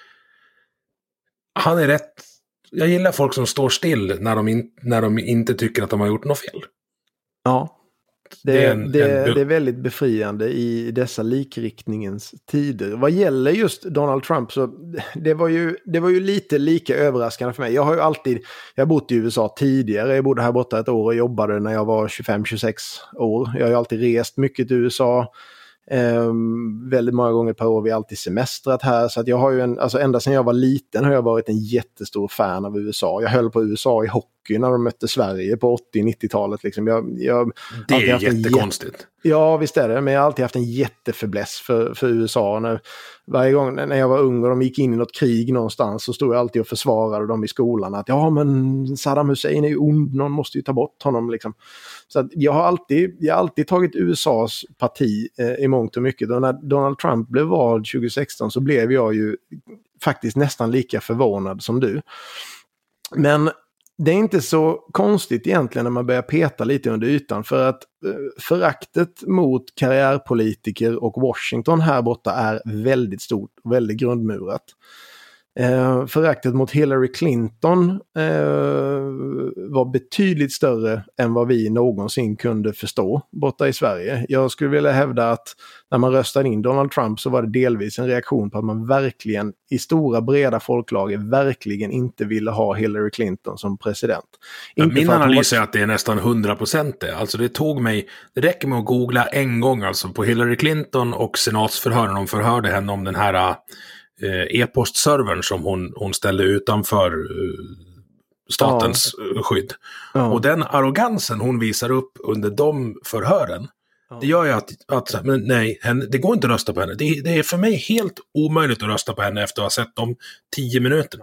rätt. Jag gillar folk som står still när de inte tycker att de har gjort något fel. Ja. Det är väldigt befriande i dessa likriktningens tider. Vad gäller just Donald Trump, så det var ju lite lika överraskande för mig. Jag har bott i USA tidigare. Jag bodde här borta ett år och jobbade när jag var 25-26 år. Jag har ju alltid rest mycket till USA. Väldigt många gånger per år. Vi har alltid semestrat här, så att jag har ju ända sedan jag var liten har jag varit en jättestor fan av USA. Jag höll på USA i hockey när de mötte Sverige på 80-90-talet liksom. Det är jättekonstigt. Ja, visst är det, men jag har alltid haft en jättefäbless för USA. Varje gång när jag var ung och de gick in i något krig någonstans, så stod jag alltid och försvarade dem i skolan att men Saddam Hussein är ju ond, någon måste ju ta bort honom liksom. Så att jag har alltid tagit USAs parti i mångt och mycket. Och när Donald Trump blev vald 2016 så blev jag ju faktiskt nästan lika förvånad som du. Men det är inte så konstigt egentligen när man börjar peta lite under ytan, för att föraktet mot karriärpolitiker och Washington här borta är väldigt stort och väldigt grundmurat. Föraktet mot Hillary Clinton var betydligt större än vad vi någonsin kunde förstå borta i Sverige. Jag skulle vilja hävda att när man röstade in Donald Trump så var det delvis en reaktion på att man verkligen i stora breda folklager verkligen inte ville ha Hillary Clinton som president. Min analys är att det är nästan 100% det. Alltså det räcker med att googla en gång alltså på Hillary Clinton och senatsförhören. De förhörde henne om den här e-postservern som hon ställde utanför statens skydd. Ja. Och den arrogansen hon visar upp under de förhören, det gör ju att men nej, det går inte att rösta på henne. Det är för mig helt omöjligt att rösta på henne efter att ha sett de 10 minuterna.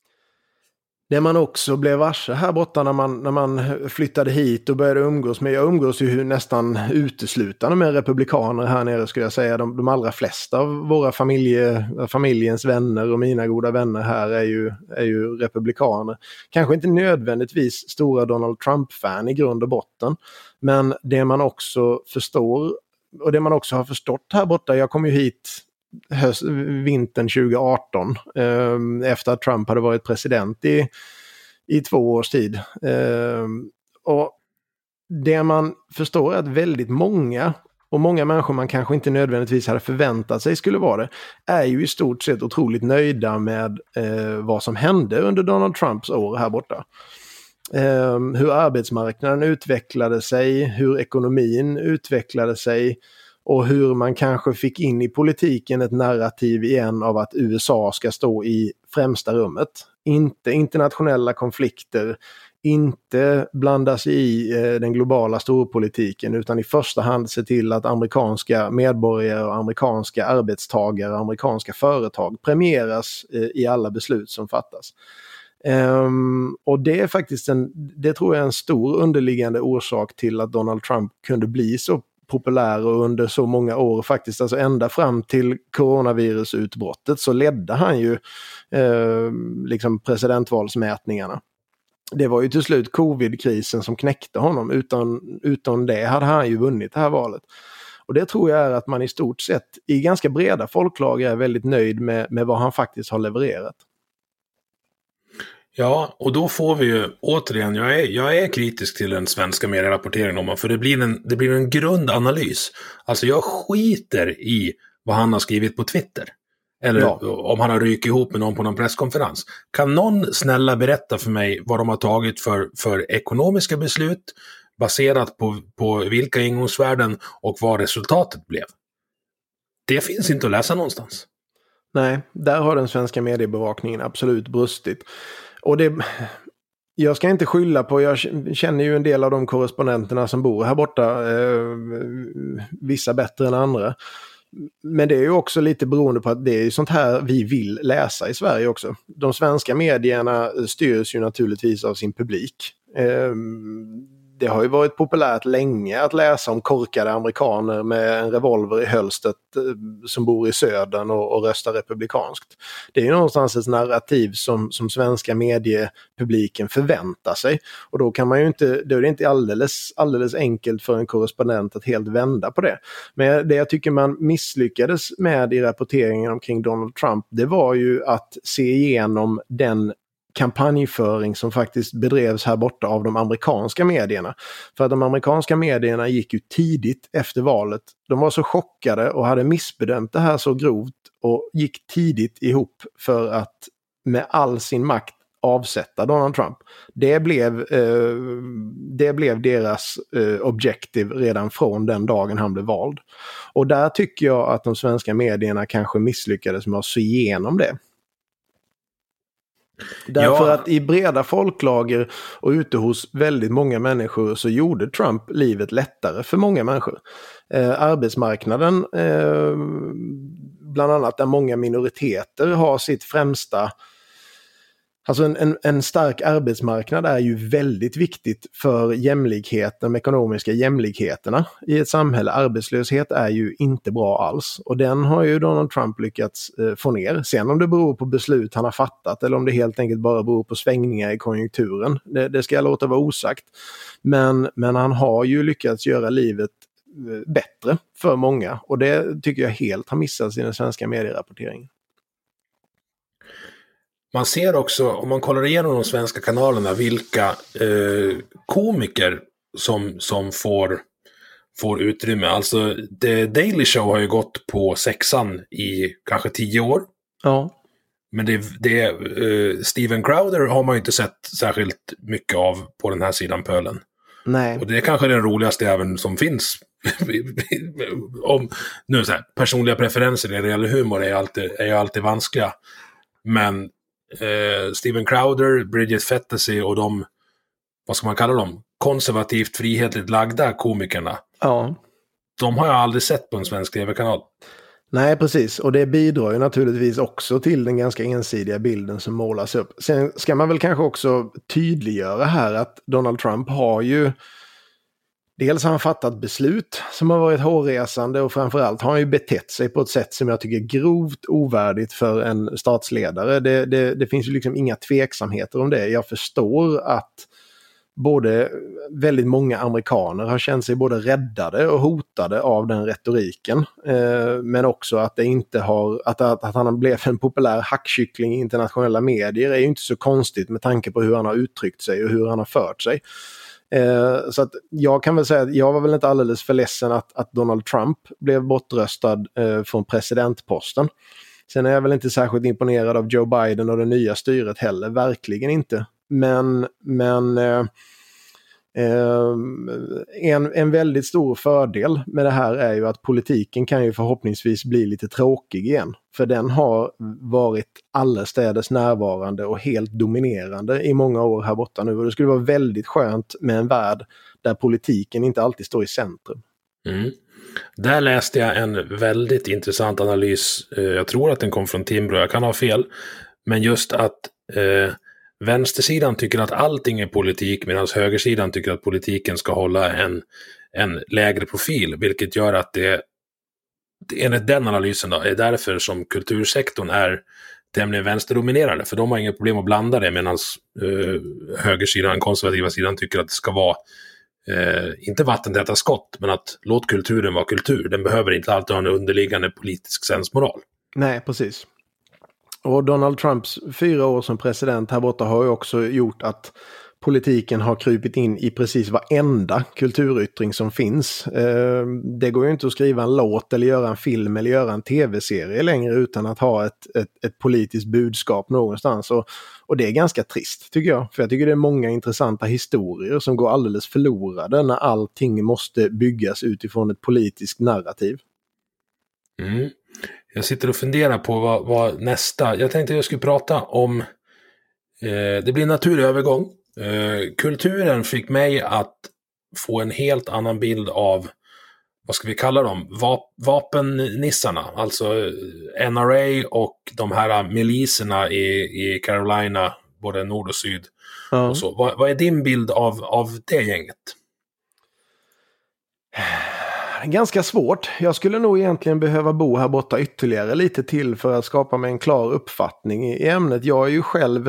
Det man också blev varse här borta när man flyttade hit och började umgås med, jag umgås ju nästan uteslutande med republikaner här nere skulle jag säga. De allra flesta av våra familjens vänner och mina goda vänner här är ju republikaner. Kanske inte nödvändigtvis stora Donald Trump-fan i grund och botten, men det man också förstår och det man också har förstått här borta, jag kom ju hit vintern 2018 efter att Trump hade varit president i 2 års tid. Och det man förstår är att väldigt många människor man kanske inte nödvändigtvis hade förväntat sig skulle vara det, är ju i stort sett otroligt nöjda med vad som hände under Donald Trumps år här borta. Hur arbetsmarknaden utvecklade sig, hur ekonomin utvecklade sig och hur man kanske fick in i politiken ett narrativ igen av att USA ska stå i främsta rummet. Inte internationella konflikter, inte blanda sig i den globala storpolitiken, utan i första hand se till att amerikanska medborgare och amerikanska arbetstagare och amerikanska företag premieras i alla beslut som fattas. Och det är faktiskt det tror jag är en stor underliggande orsak till att Donald Trump kunde bli så populär och under så många år faktiskt, alltså ända fram till coronavirusutbrottet så ledde han ju liksom presidentvalsmätningarna. Det var ju till slut covid-krisen som knäckte honom, utan det hade han ju vunnit det här valet. Och det tror jag är att man i stort sett i ganska breda folklager är väldigt nöjd med vad han faktiskt har levererat. Ja, och då får vi ju återigen, jag är kritisk till den svenska medierapporteringen om honom, för det blir en grundanalys. Alltså jag skiter i vad han har skrivit på Twitter. Eller om han har rykt ihop med någon på någon presskonferens. Kan någon snälla berätta för mig vad de har tagit för ekonomiska beslut baserat på vilka ingångsvärden och vad resultatet blev? Det finns inte att läsa någonstans. Nej, där har den svenska mediebevakningen absolut brustit. Och jag ska inte skylla på, jag känner ju en del av de korrespondenterna som bor här borta, vissa bättre än andra. Men det är ju också lite beroende på att det är sånt här vi vill läsa i Sverige också. De svenska medierna styrs ju naturligtvis av sin publik. Det har ju varit populärt länge att läsa om korkade amerikaner med en revolver i hölstet som bor i södern och röstar republikanskt. Det är ju någonstans ett narrativ som svenska mediepubliken förväntar sig. Och då kan man ju inte, då är det inte alldeles enkelt för en korrespondent att helt vända på det. Men det jag tycker man misslyckades med i rapporteringen omkring Donald Trump, det var ju att se igenom den kampanjföring som faktiskt bedrevs här borta av de amerikanska medierna. För att de amerikanska medierna gick ju tidigt efter valet. De var så chockade och hade missbedömt det här så grovt och gick tidigt ihop för att med all sin makt avsätta Donald Trump. Det blev deras objektiv redan från den dagen han blev vald. Och där tycker jag att de svenska medierna kanske misslyckades med att se igenom det. Därför att i breda folklager och ute hos väldigt många människor så gjorde Trump livet lättare för många människor. Arbetsmarknaden, bland annat där många minoriteter har sitt främsta... Alltså en stark arbetsmarknad är ju väldigt viktigt för jämlikheten, de ekonomiska jämlikheterna i ett samhälle. Arbetslöshet är ju inte bra alls och den har ju Donald Trump lyckats få ner. Sen om det beror på beslut han har fattat eller om det helt enkelt bara beror på svängningar i konjunkturen, det ska jag låta vara osagt. Men han har ju lyckats göra livet bättre för många och det tycker jag helt har missats i den svenska medierapporteringen. Man ser också, om man kollar igenom de svenska kanalerna, vilka komiker som får utrymme. Alltså, The Daily Show har ju gått på 6:an i kanske 10 år. Ja. Men Steven Crowder har man ju inte sett särskilt mycket av på den här sidan pölen. Nej. Och det är kanske den roligaste även som finns. Om nu så här, personliga preferenser när det gäller humor är ju alltid vanskliga. Men Steven Crowder, Bridget Fettesy och de, vad ska man kalla dem, konservativt frihetligt lagda komikerna. Ja. De har jag aldrig sett på en svensk tv-kanal. Nej, precis. Och det bidrar ju naturligtvis också till den ganska ensidiga bilden som målas upp. Sen ska man väl kanske också tydliggöra här att Donald Trump har ju dels har han fattat beslut som har varit hårresande och framförallt har han ju betett sig på ett sätt som jag tycker är grovt ovärdigt för en statsledare. Det finns ju liksom inga tveksamheter om det. Jag förstår att både väldigt många amerikaner har känt sig både räddade och hotade av den retoriken. Men också att det inte har, att han blev en populär hackkyckling i internationella medier är ju inte så konstigt med tanke på hur han har uttryckt sig och hur han har fört sig. Så att jag kan väl säga att jag var väl inte alldeles för ledsen att Donald Trump blev bortröstad från presidentposten. Sen är jag väl inte särskilt imponerad av Joe Biden och det nya styret heller, verkligen inte. Men en väldigt stor fördel med det här är ju att politiken kan ju förhoppningsvis bli lite tråkig igen. För den har varit allestädes närvarande och helt dominerande i många år här borta nu. Och det skulle vara väldigt skönt med en värld där politiken inte alltid står i centrum. Mm. Där läste jag en väldigt intressant analys. Jag tror att den kom från Timbro, jag kan ha fel. Men just att vänstersidan tycker att allting är politik medan högersidan tycker att politiken ska hålla en lägre profil. Vilket gör att det enligt den analysen då, är därför som kultursektorn är tämligen vänsterdominerande. För de har inga problem att blanda det medan högersidan, konservativa sidan tycker att det ska vara inte vattentäta skott, men att låt kulturen vara kultur. Den behöver inte alltid ha en underliggande politisk sensmoral. Nej, precis. Och Donald Trumps 4 år som president här borta har ju också gjort att politiken har krypit in i precis varenda kulturyttring som finns. Det går ju inte att skriva en låt eller göra en film eller göra en tv-serie längre utan att ha ett politiskt budskap någonstans. Och det är ganska trist tycker jag. För jag tycker det är många intressanta historier som går alldeles förlorade när allting måste byggas utifrån ett politiskt narrativ. Mm. Jag sitter och funderar på vad nästa... Jag tänkte jag skulle prata om... det blir en naturlig övergång. Kulturen fick mig att få en helt annan bild av vad ska vi kalla dem? Vapennissarna, alltså NRA och de här miliserna i Carolina, både nord och syd. Och så. Vad är din bild av det gänget? Ganska svårt. Jag skulle nog egentligen behöva bo här borta ytterligare lite till för att skapa mig en klar uppfattning i ämnet. Jag är ju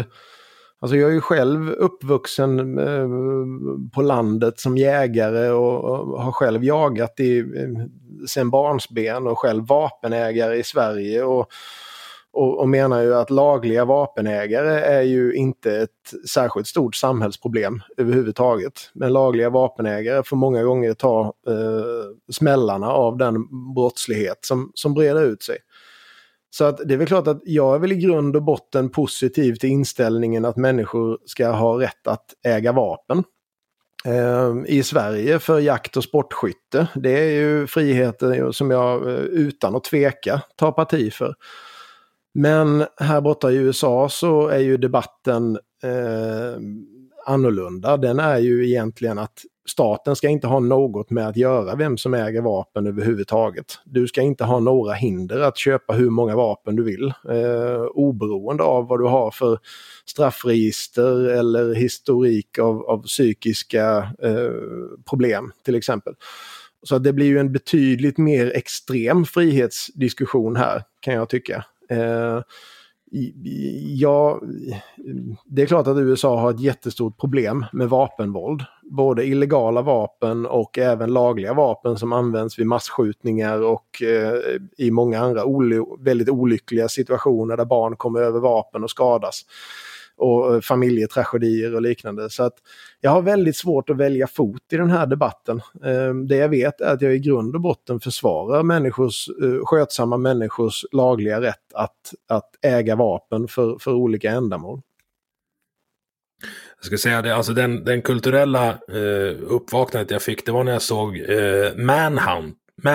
själv uppvuxen på landet som jägare och har själv jagat sen barnsben och själv vapenägare i Sverige och menar ju att lagliga vapenägare är ju inte ett särskilt stort samhällsproblem överhuvudtaget. Men lagliga vapenägare får många gånger ta smällarna av den brottslighet som breder ut sig. Så att det är väl klart att jag är väl i grund och botten positiv till inställningen att människor ska ha rätt att äga vapen. I Sverige för jakt och sportskytte. Det är ju friheter som jag utan att tveka tar parti för. Men här borta i USA så är ju debatten annorlunda. Den är ju egentligen att staten ska inte ha något med att göra vem som äger vapen överhuvudtaget. Du ska inte ha några hinder att köpa hur många vapen du vill. Oberoende av vad du har för straffregister eller historik av psykiska problem till exempel. Så det blir ju en betydligt mer extrem frihetsdiskussion här, kan jag tycka. Ja, det är klart att USA har ett jättestort problem med vapenvåld. Både illegala vapen och även lagliga vapen som används vid massskjutningar och i många andra väldigt olyckliga situationer där barn kommer över vapen och skadas. Och familjetragedier och liknande. Så att jag har väldigt svårt att välja fot i den här debatten. Det jag vet är att jag i grund och botten försvarar skötsamma människors lagliga rätt att äga vapen för olika ändamål. Jag ska säga det, alltså den kulturella uppvaknandet jag fick, det var när jag såg Manhunt.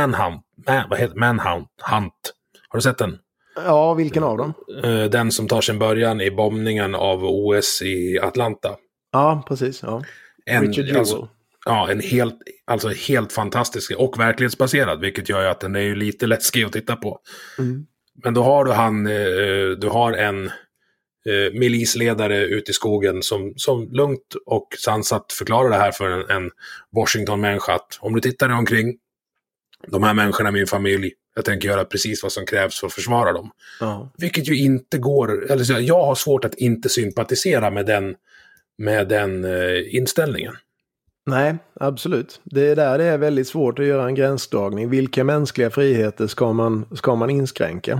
Har du sett den? Ja, vilken av dem? Den som tar sin början i bombningen av OS i Atlanta. Ja, precis. Ja. Richard Jewell. En helt fantastisk och verklighetsbaserad, vilket gör ju att den är ju lite läskig att titta på. Mm. Men då har du har en milisledare ute i skogen som lugnt och sansat förklarar det här för en Washington-människa att om du tittar dig omkring, de här människorna är min familj, jag tänker göra precis vad som krävs för att försvara dem. Vilket ju inte går, eller så jag har svårt att inte sympatisera med den inställningen. Nej, absolut. Det är där det är väldigt svårt att göra en gränsdragning. Vilka mänskliga friheter ska man inskränka?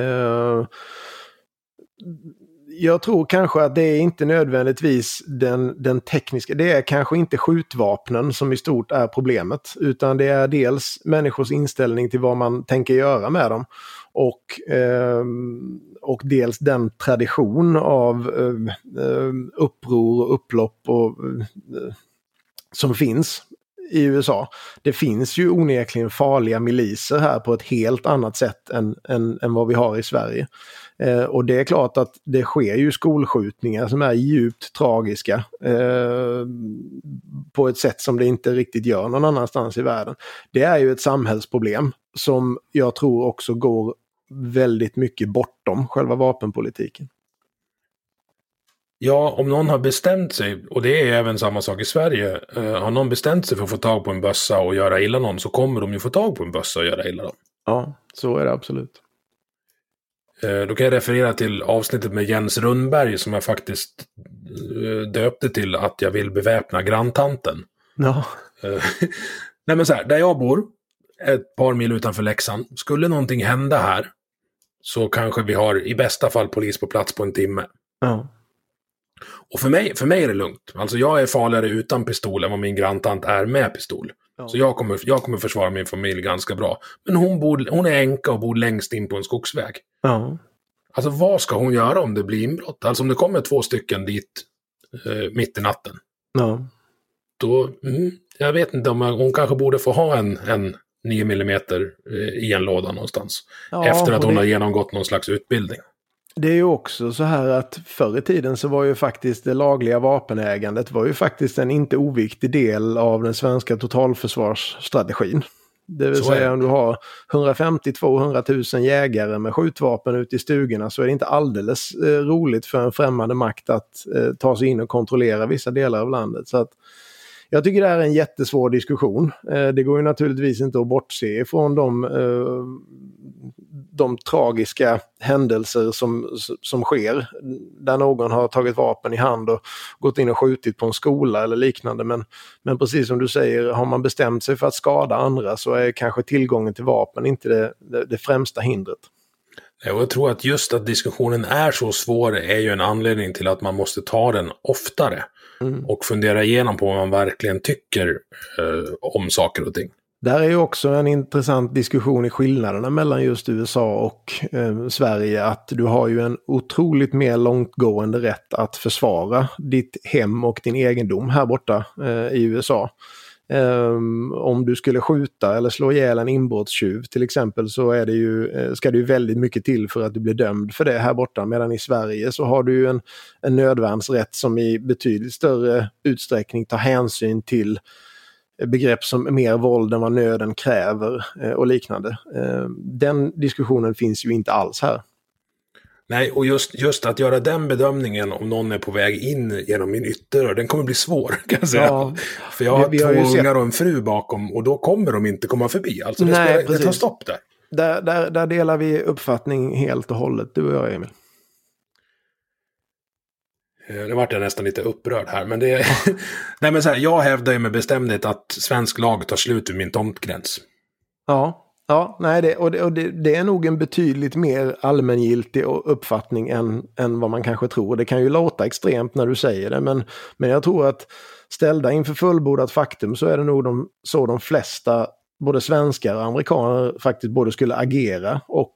Jag tror kanske att det är inte nödvändigtvis den tekniska, det är kanske inte skjutvapnen som i stort är problemet, utan det är dels människors inställning till vad man tänker göra med dem och dels den tradition av uppror och upplopp som finns i USA. Det finns ju onekligen farliga miliser här på ett helt annat sätt än vad vi har i Sverige. Och det är klart att det sker ju skolskjutningar som är djupt tragiska på ett sätt som det inte riktigt gör någon annanstans i världen. Det är ju ett samhällsproblem som jag tror också går väldigt mycket bortom själva vapenpolitiken. Ja, om någon har bestämt sig, och det är även samma sak i Sverige, har någon bestämt sig för att få tag på en bössa och göra illa någon, så kommer de ju få tag på en bössa och göra illa dem. Ja, så är det absolut. Då kan jag referera till avsnittet med Jens Rundberg som jag faktiskt döpte till att jag vill beväpna granntanten. Ja. Nej men så här, där jag bor, ett par mil utanför Leksand, skulle någonting hända här så kanske vi har i bästa fall polis på plats på en timme. Ja. Och för mig är det lugnt. Alltså jag är farligare utan pistol än vad min granntant är med pistol. Ja. Så jag kommer försvara min familj ganska bra. Men hon är änka och bor längst in på en skogsväg. Ja. Alltså vad ska hon göra om det blir inbrott? Alltså om det kommer 2 stycken dit mitt i natten. Ja. Då, jag vet inte om hon kanske borde få ha en 9 mm i en låda någonstans. Ja, efter att hon har genomgått någon slags utbildning. Det är ju också så här att förr i tiden så var ju faktiskt det lagliga vapenägandet var ju faktiskt en inte oviktig del av den svenska totalförsvarsstrategin. Det vill säga om du har 150-200 000 jägare med skjutvapen ute i stugorna, så är det inte alldeles roligt för en främmande makt att ta sig in och kontrollera vissa delar av landet. Så att jag tycker det är en jättesvår diskussion. Det går ju naturligtvis inte att bortse ifrån de tragiska händelser som sker. Där någon har tagit vapen i hand och gått in och skjutit på en skola eller liknande. Men precis som du säger, har man bestämt sig för att skada andra så är kanske tillgången till vapen inte det främsta hindret. Jag tror att just att diskussionen är så svår är ju en anledning till att man måste ta den oftare. Och fundera igenom på vad man verkligen tycker om saker och ting. Där är ju också en intressant diskussion i skillnaderna mellan just USA och Sverige, att du har ju en otroligt mer långtgående rätt att försvara ditt hem och din egendom här borta i USA. Om du skulle skjuta eller slå ihjäl en inbrottstjuv till exempel, så är det ju, ska det ju väldigt mycket till för att du blir dömd för det här borta, medan i Sverige så har du ju en nödvärnsrätt som i betydligt större utsträckning tar hänsyn till begrepp som mer våld än vad nöden kräver och liknande. Den diskussionen finns ju inte alls här. Nej, och just att göra den bedömningen om någon är på väg in genom min ytterdörr, den kommer bli svår, kan jag säga. Ja, för jag har två ungar och en fru bakom, och då kommer de inte komma förbi. Alltså det tar stopp där. Där delar vi uppfattning helt och hållet, du och jag, Emil. Det vart jag nästan lite upprörd här, men det nej, men så här, jag hävdar ju med bestämdhet att svensk lag tar slut vid min tomtgräns. Ja, nej, det är nog en betydligt mer allmängiltig uppfattning än vad man kanske tror. Det kan ju låta extremt när du säger det, men jag tror att ställda inför fullbordat faktum så är det nog de flesta, både svenskar och amerikaner, faktiskt både skulle agera och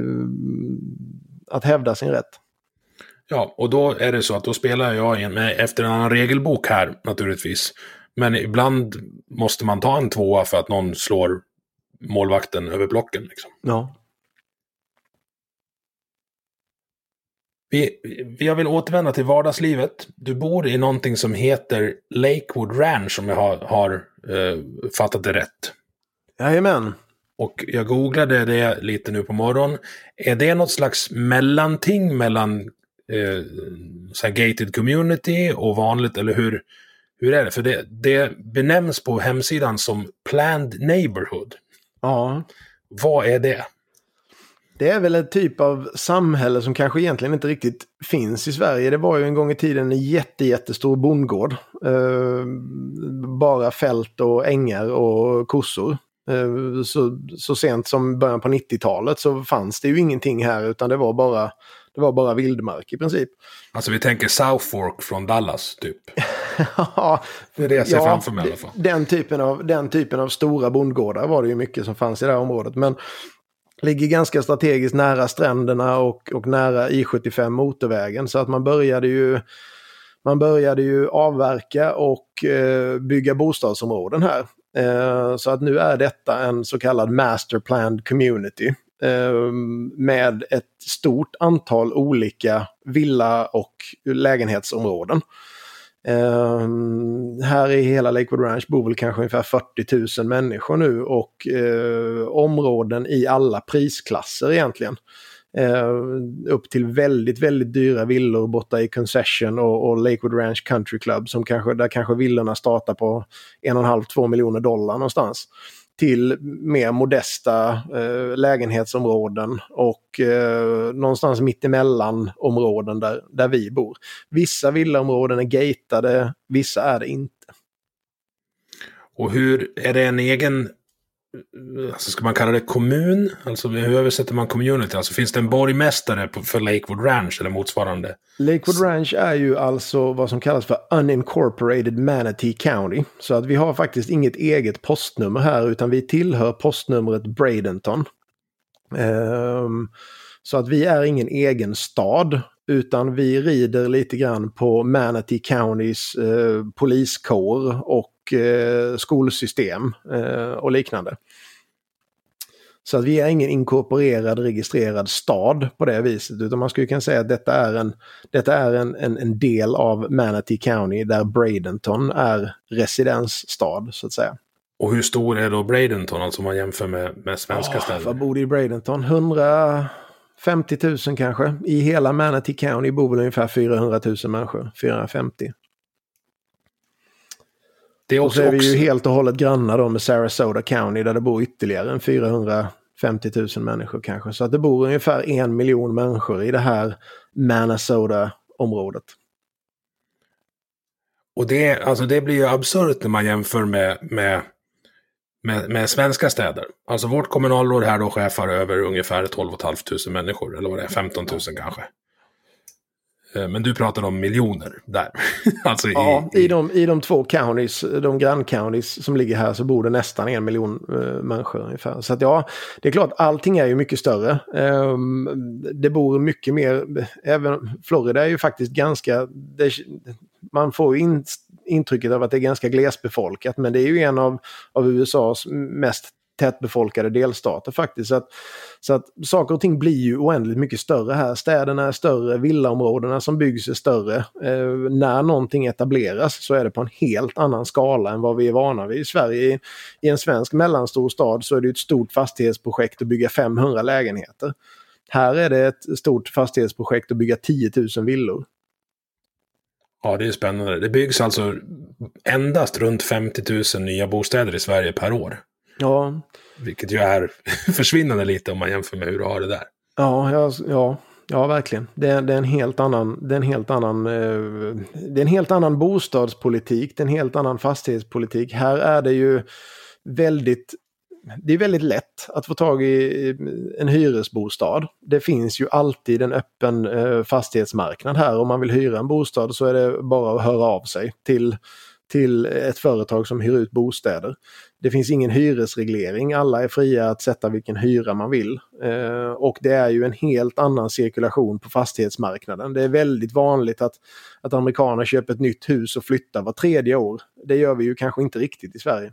att hävda sin rätt. Ja, och då är det så att då spelar jag efter en annan regelbok här naturligtvis. Men ibland måste man ta en 2 för att någon slår målvakten över blocken. Liksom. Ja. Jag vill återvända till vardagslivet. Du bor i någonting som heter Lakewood Ranch, om jag har fattat det rätt. Jajamän. Och jag googlade det lite nu på morgon. Är det något slags mellanting mellan så här gated community och vanligt, eller hur är det? För det benämns på hemsidan som planned neighborhood. Ja. Vad är det? Det är väl en typ av samhälle som kanske egentligen inte riktigt finns i Sverige. Det var ju en gång i tiden en jättestor bondgård. Bara fält och ängar och kossor. Så sent som början på 90-talet så fanns det ju ingenting här, utan det var bara vildmark i princip. Alltså vi tänker South Fork från Dallas typ. Ja, det är det jag ser framför mig i alla fall. Den typen av stora bondgårdar var det ju mycket som fanns i det här området, men ligger ganska strategiskt nära stränderna och nära I-75 motorvägen, så att man började ju avverka och bygga bostadsområden här. Så att nu är detta en så kallad master planned community med ett stort antal olika villa- och lägenhetsområden. Här i hela Lakewood Ranch bor väl kanske ungefär 40 000 människor nu, och områden i alla prisklasser egentligen. Upp till väldigt, väldigt dyra villor borta i Concession och Lakewood Ranch Country Club, där kanske villorna startar på 1,5-2 miljoner dollar någonstans, till mer modesta lägenhetsområden och någonstans mittemellan områden där vi bor. Vissa villaområden är gatade, vissa är det inte. Och hur är det en egen, alltså ska man kalla det kommun? Alltså hur översätter man community? Alltså finns det en borgmästare för Lakewood Ranch eller motsvarande? Lakewood Ranch är ju alltså vad som kallas för unincorporated Manatee County. Så att vi har faktiskt inget eget postnummer här, utan vi tillhör postnumret Bradenton. Så att vi är ingen egen stad, utan vi rider lite grann på Manatee Countys poliskår och skolsystem och liknande. Så att vi är ingen inkorporerad, registrerad stad på det viset, utan man skulle kunna säga att detta är en del av Manatee County där Bradenton är residensstad så att säga. Och hur stor är då Bradenton, alltså om man jämför med svenska städer? Vad bor det i Bradenton? 150 000 kanske. I hela Manatee County bor väl ungefär 400 000 människor. 450. Det är och också, så är vi ju helt och hållet grannar då med Sarasota County där det bor ytterligare en 450 000 människor kanske. Så att det bor ungefär 1 miljon människor i det här Minnesota-området. Och det blir ju absurt när man jämför med svenska städer. Alltså vårt kommunalråd här då chefar över ungefär 12 500 människor. Eller vad det är, 15 000 kanske. Men du pratar om miljoner där. Alltså i de två counties, de granncounties som ligger här, så bor det nästan 1 miljon människor ungefär. Så att det är klart, allting är ju mycket större. Det bor mycket mer, även Florida är ju faktiskt ganska, man får ju intrycket av att det är ganska glesbefolkat, men det är ju en av USAs mest tättbefolkade delstater faktiskt. Så att saker och ting blir ju oändligt mycket större här. Städerna är större, villaområdena som byggs är större. När någonting etableras så är det på en helt annan skala än vad vi är vana vid i Sverige. I en svensk mellanstor stad så är det ett stort fastighetsprojekt att bygga 500 lägenheter. Här är det ett stort fastighetsprojekt att bygga 10 000 villor. Ja, det är spännande. Det byggs alltså endast runt 50 000 nya bostäder i Sverige per år. Ja. Vilket ju är försvinnande lite om man jämför med hur du har det där. Ja, verkligen. Det är en helt annan bostadspolitik, det är en helt annan fastighetspolitik. Här är det ju väldigt lätt att få tag i en hyresbostad. Det finns ju alltid en öppen fastighetsmarknad här. Om man vill hyra en bostad så är det bara att höra av sig till ett företag som hyr ut bostäder. Det finns ingen hyresreglering. Alla är fria att sätta vilken hyra man vill. Och det är ju en helt annan cirkulation på fastighetsmarknaden. Det är väldigt vanligt att amerikaner köper ett nytt hus och flyttar var 3:e år. Det gör vi ju kanske inte riktigt i Sverige.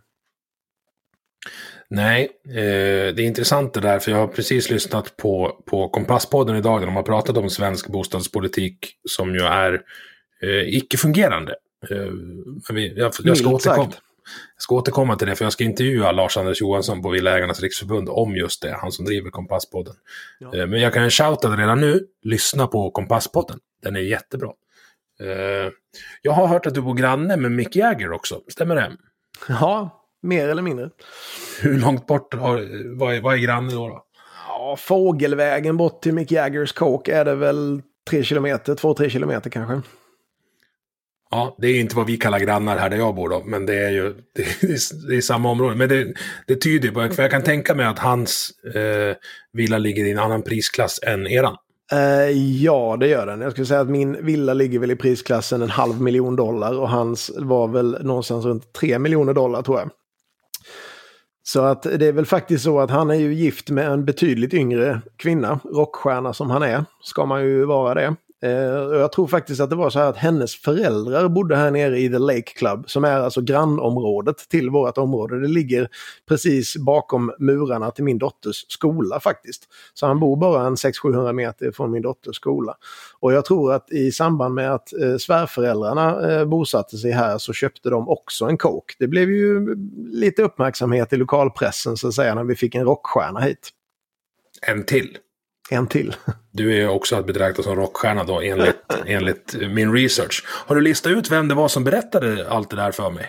Nej, det är intressant det där, för jag har precis lyssnat på Kompasspodden idag där de har pratat om svensk bostadspolitik som ju är icke-fungerande. Jag ska återkomma till det, för jag ska intervjua Lars-Anders Johansson på Villaägarnas Riksförbund om just det, han som driver Kompasspodden. Ja. Men jag kan shouta det redan nu, lyssna på Kompasspodden, den är jättebra. Jag har hört att du bor granne med Mick Jagger också, stämmer det? Ja, mer eller mindre. Hur långt bort vad är granne då? Ja, fågelvägen bort till Mick Jaggers kåk är det väl 2-3 kilometer kanske. Ja, det är inte vad vi kallar grannar här där jag bor då, men det är ju det är samma område. Men det tyder på, för jag kan tänka mig att hans villa ligger i en annan prisklass än eran. Ja, det gör den. Jag skulle säga att min villa ligger väl i prisklassen $500 000 och hans var väl någonstans runt $3 miljoner tror jag. Så att det är väl faktiskt så att han är ju gift med en betydligt yngre kvinna, rockstjärna som han är, ska man ju vara det. Jag tror faktiskt att det var så här att hennes föräldrar bodde här nere i The Lake Club, som är alltså grannområdet till vårt område. Det ligger precis bakom murarna till min dotters skola faktiskt. Så han bor bara en 600-700 meter från min dotters skola. Och jag tror att i samband med att svärföräldrarna bosatte sig här så köpte de också en kåk. Det blev ju lite uppmärksamhet i lokalpressen så att säga när vi fick en rockstjärna hit. En till. Du är också att betrakta som rockstjärna då enligt min research. Har du listat ut vem det var som berättade allt det där för mig?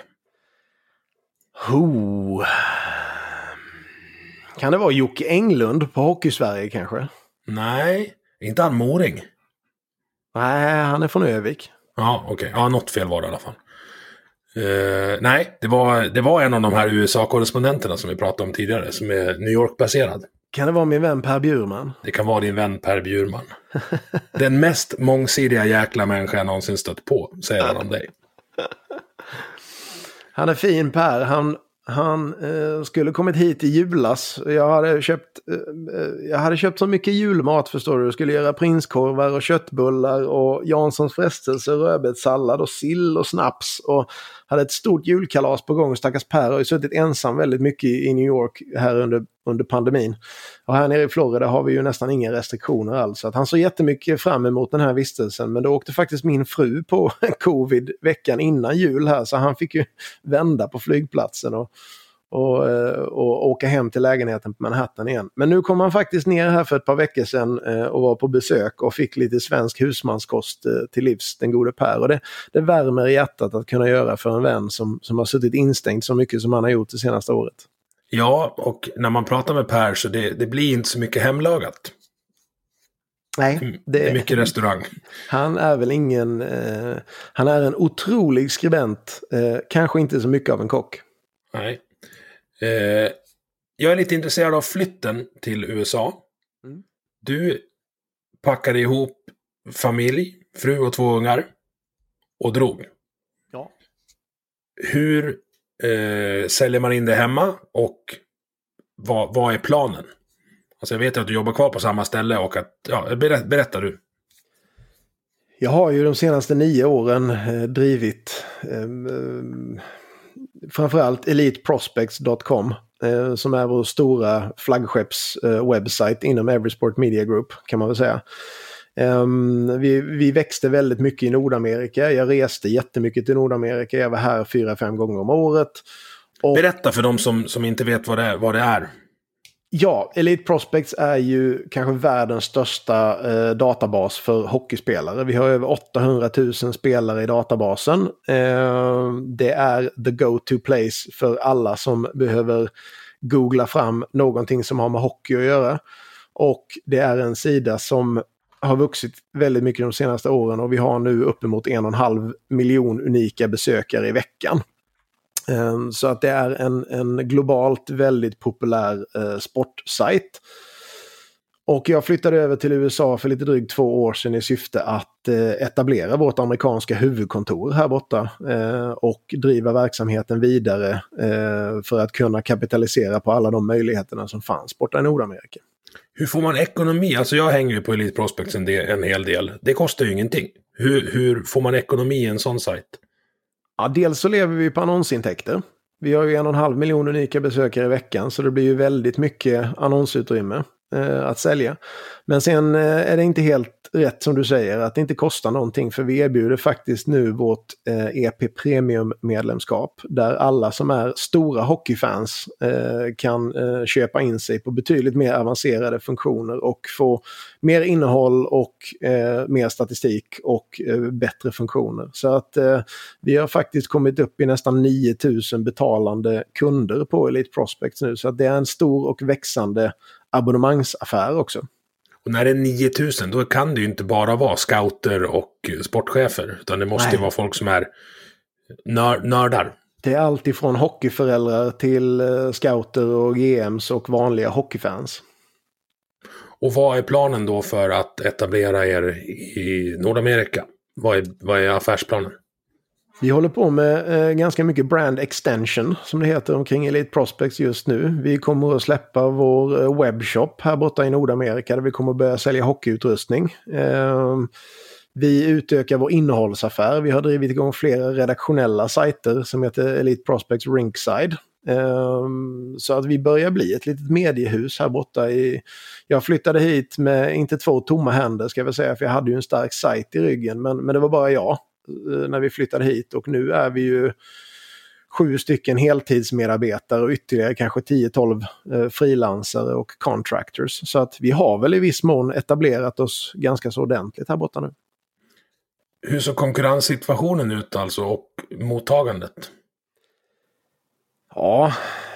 Kan det vara Jocke Englund på Hockeysverige kanske? Nej, inte han Moring. Nej, han är från Övik. Ja, okej. Ja, något fel var det i alla fall. Nej, det var en av de här USA-korrespondenterna som vi pratade om tidigare, som är New York-baserad. Kan det vara min vän Per Bjurman? Det kan vara din vän Per Bjurman. Den mest mångsidiga jäkla människa jag någonsin stött på, säger han om dig. Han är fin, Per. Han skulle kommit hit i julas. Jag hade köpt så mycket julmat, förstår du. Jag skulle göra prinskorvar och köttbullar och Janssons frestelse, rödbetssallad och sill och snaps. Och hade ett stort julkalas på gång. Stackars Per har ju suttit ensam väldigt mycket i New York här under pandemin. Och här nere i Florida har vi ju nästan inga restriktioner alls. Så att han såg jättemycket fram emot den här vistelsen. Men då åkte faktiskt min fru på covid veckan innan jul här. Så han fick ju vända på flygplatsen och åka hem till lägenheten på Manhattan igen. Men nu kom han faktiskt ner här för ett par veckor sedan och var på besök och fick lite svensk husmanskost till livs, den gode Per. Och det värmer i hjärtat att kunna göra för en vän som har suttit instängd så mycket som han har gjort det senaste året. Ja, och när man pratar med Per så det blir inte så mycket hemlagat. Nej, det är mycket restaurang. Han är väl han är en otrolig skribent, kanske inte så mycket av en kock. Nej. Jag är lite intresserad av flytten till USA. Du packade ihop familj, fru och 2 ungar och drog. Ja. Hur säljer man in det hemma och vad är planen? Alltså jag vet att du jobbar kvar på samma ställe och att, berättar du. Jag har ju de senaste 9 åren drivit framförallt eliteprospects.com som är vår stora flaggskeppswebbsite inom Everysport Media Group kan man väl säga. Vi växte väldigt mycket i Nordamerika. Jag reste jättemycket till Nordamerika. Jag var här 4-5 gånger om året. Berätta för de som inte vet vad det är. Ja, Elite Prospects är ju kanske världens största databas för hockeyspelare. Vi har över 800 000 spelare i databasen. Det är the go-to place för alla som behöver googla fram någonting som har med hockey att göra. Och det är en sida som har vuxit väldigt mycket de senaste åren och vi har nu uppemot 1,5 miljon unika besökare i veckan. Så att det är en globalt väldigt populär sportsajt. Och jag flyttade över till USA för lite drygt 2 år sedan i syfte att etablera vårt amerikanska huvudkontor här borta och driva verksamheten vidare för att kunna kapitalisera på alla de möjligheterna som fanns borta i Nordamerika. Hur får man ekonomi? Alltså jag hänger ju på Elite Prospects en hel del. Det kostar ju ingenting. Hur får man ekonomi i en sån sajt? Ja, dels så lever vi på annonsintäkter. Vi har ju 1,5 miljon unika besökare i veckan så det blir ju väldigt mycket annonsutrymme att sälja. Men sen är det inte helt rätt som du säger att det inte kostar någonting för vi erbjuder faktiskt nu vårt EP Premium-medlemskap där alla som är stora hockeyfans kan köpa in sig på betydligt mer avancerade funktioner och få mer innehåll och mer statistik och bättre funktioner. Så att vi har faktiskt kommit upp i nästan 9000 betalande kunder på Elite Prospects nu så att det är en stor och växande abonnemangsaffär också. Och när det är 9000 då kan det ju inte bara vara scouter och sportchefer utan det måste ju vara folk som är nördar. Det är allt ifrån hockeyföräldrar till scouter och GMs och vanliga hockeyfans. Och vad är planen då för att etablera er i Nordamerika? Vad är affärsplanen? Vi håller på med ganska mycket brand extension som det heter omkring Elite Prospects just nu. Vi kommer att släppa vår webbshop här borta i Nordamerika där vi kommer att börja sälja hockeyutrustning. Vi utökar vår innehållsaffär. Vi har drivit igång flera redaktionella sajter som heter Elite Prospects Rinkside. Så att vi börjar bli ett litet mediehus här borta. Jag flyttade hit med inte 2 tomma händer ska jag väl säga för jag hade ju en stark sajt i ryggen men det var bara jag när vi flyttade hit och nu är vi ju 7 stycken heltidsmedarbetare och ytterligare kanske 10-12 frilansare och contractors. Så att vi har väl i viss mån etablerat oss ganska så ordentligt här borta nu. Hur så konkurrenssituationen ut alltså och mottagandet? Ja,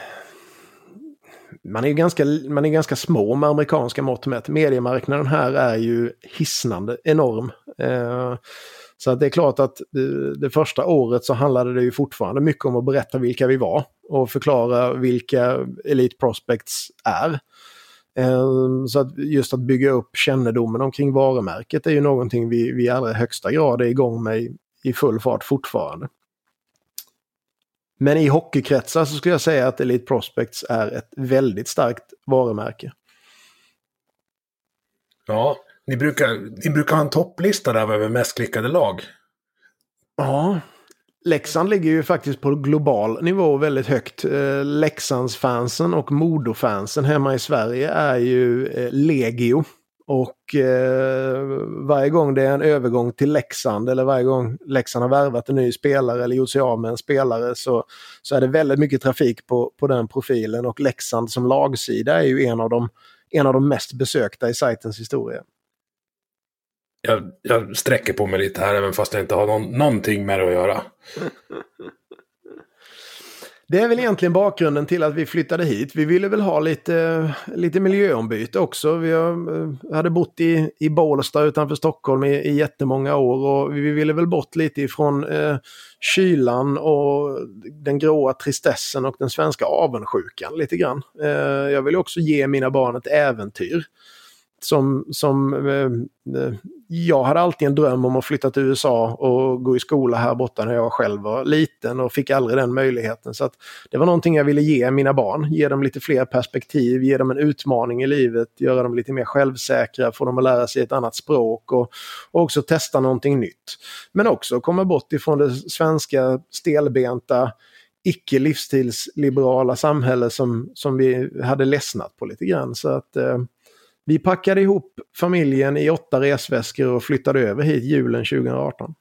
man är ganska små med amerikanska mått mätt. Mediemarknaden här är ju hisnande enorm. Så att det är klart att det första året så handlade det ju fortfarande mycket om att berätta vilka vi var och förklara vilka Elite Prospects är. Så att just att bygga upp kännedomen omkring varumärket är ju någonting vi i allra högsta grad är igång med i full fart fortfarande. Men i hockeykretsar så skulle jag säga att Elite Prospects är ett väldigt starkt varumärke. Ja, ni brukar ha en topplista där över mest klickade lag. Ja, Leksand ligger ju faktiskt på global nivå väldigt högt. Leksandsfansen och Modofansen hemma i Sverige är ju legio. Och varje gång det är en övergång till Leksand eller varje gång Leksand har värvat en ny spelare eller gjort sig av med en spelare så är det väldigt mycket trafik på den profilen. Och Leksand som lagsida är ju en av de mest besökta i sajtens historia. Jag sträcker på mig lite här även fast jag inte har någonting med det att göra. Det är väl egentligen bakgrunden till att vi flyttade hit. Vi ville väl ha lite miljöombyte också. Vi hade bott i Bålsta utanför Stockholm i jättemånga år och vi ville väl bort lite ifrån kylan och den gråa tristessen och den svenska avundsjukan lite grann. Jag vill också ge mina barn ett äventyr. Jag hade alltid en dröm om att flytta till USA och gå i skola här borta när jag själv var liten och fick aldrig den möjligheten. Så att det var någonting jag ville ge mina barn. Ge dem lite fler perspektiv, ge dem en utmaning i livet, göra dem lite mer självsäkra, få dem att lära sig ett annat språk och också testa någonting nytt. Men också komma bort ifrån det svenska stelbenta icke-livsstilsliberala samhälle som vi hade ledsnat på lite grann. Så att vi packade ihop familjen i 8 resväskor och flyttade över hit julen 2018.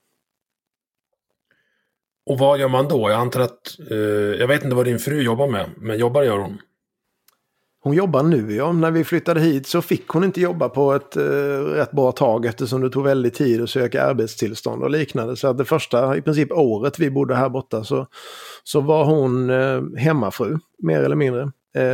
Och vad gör man då? Jag antar att, jag vet inte vad din fru jobbar med, men gör hon? Hon jobbar nu, ja. När vi flyttade hit så fick hon inte jobba på ett rätt bra tag eftersom det tog väldigt tid att söka arbetstillstånd och liknande. Så att det första, i princip året vi bodde här borta så var hon hemmafru, mer eller mindre.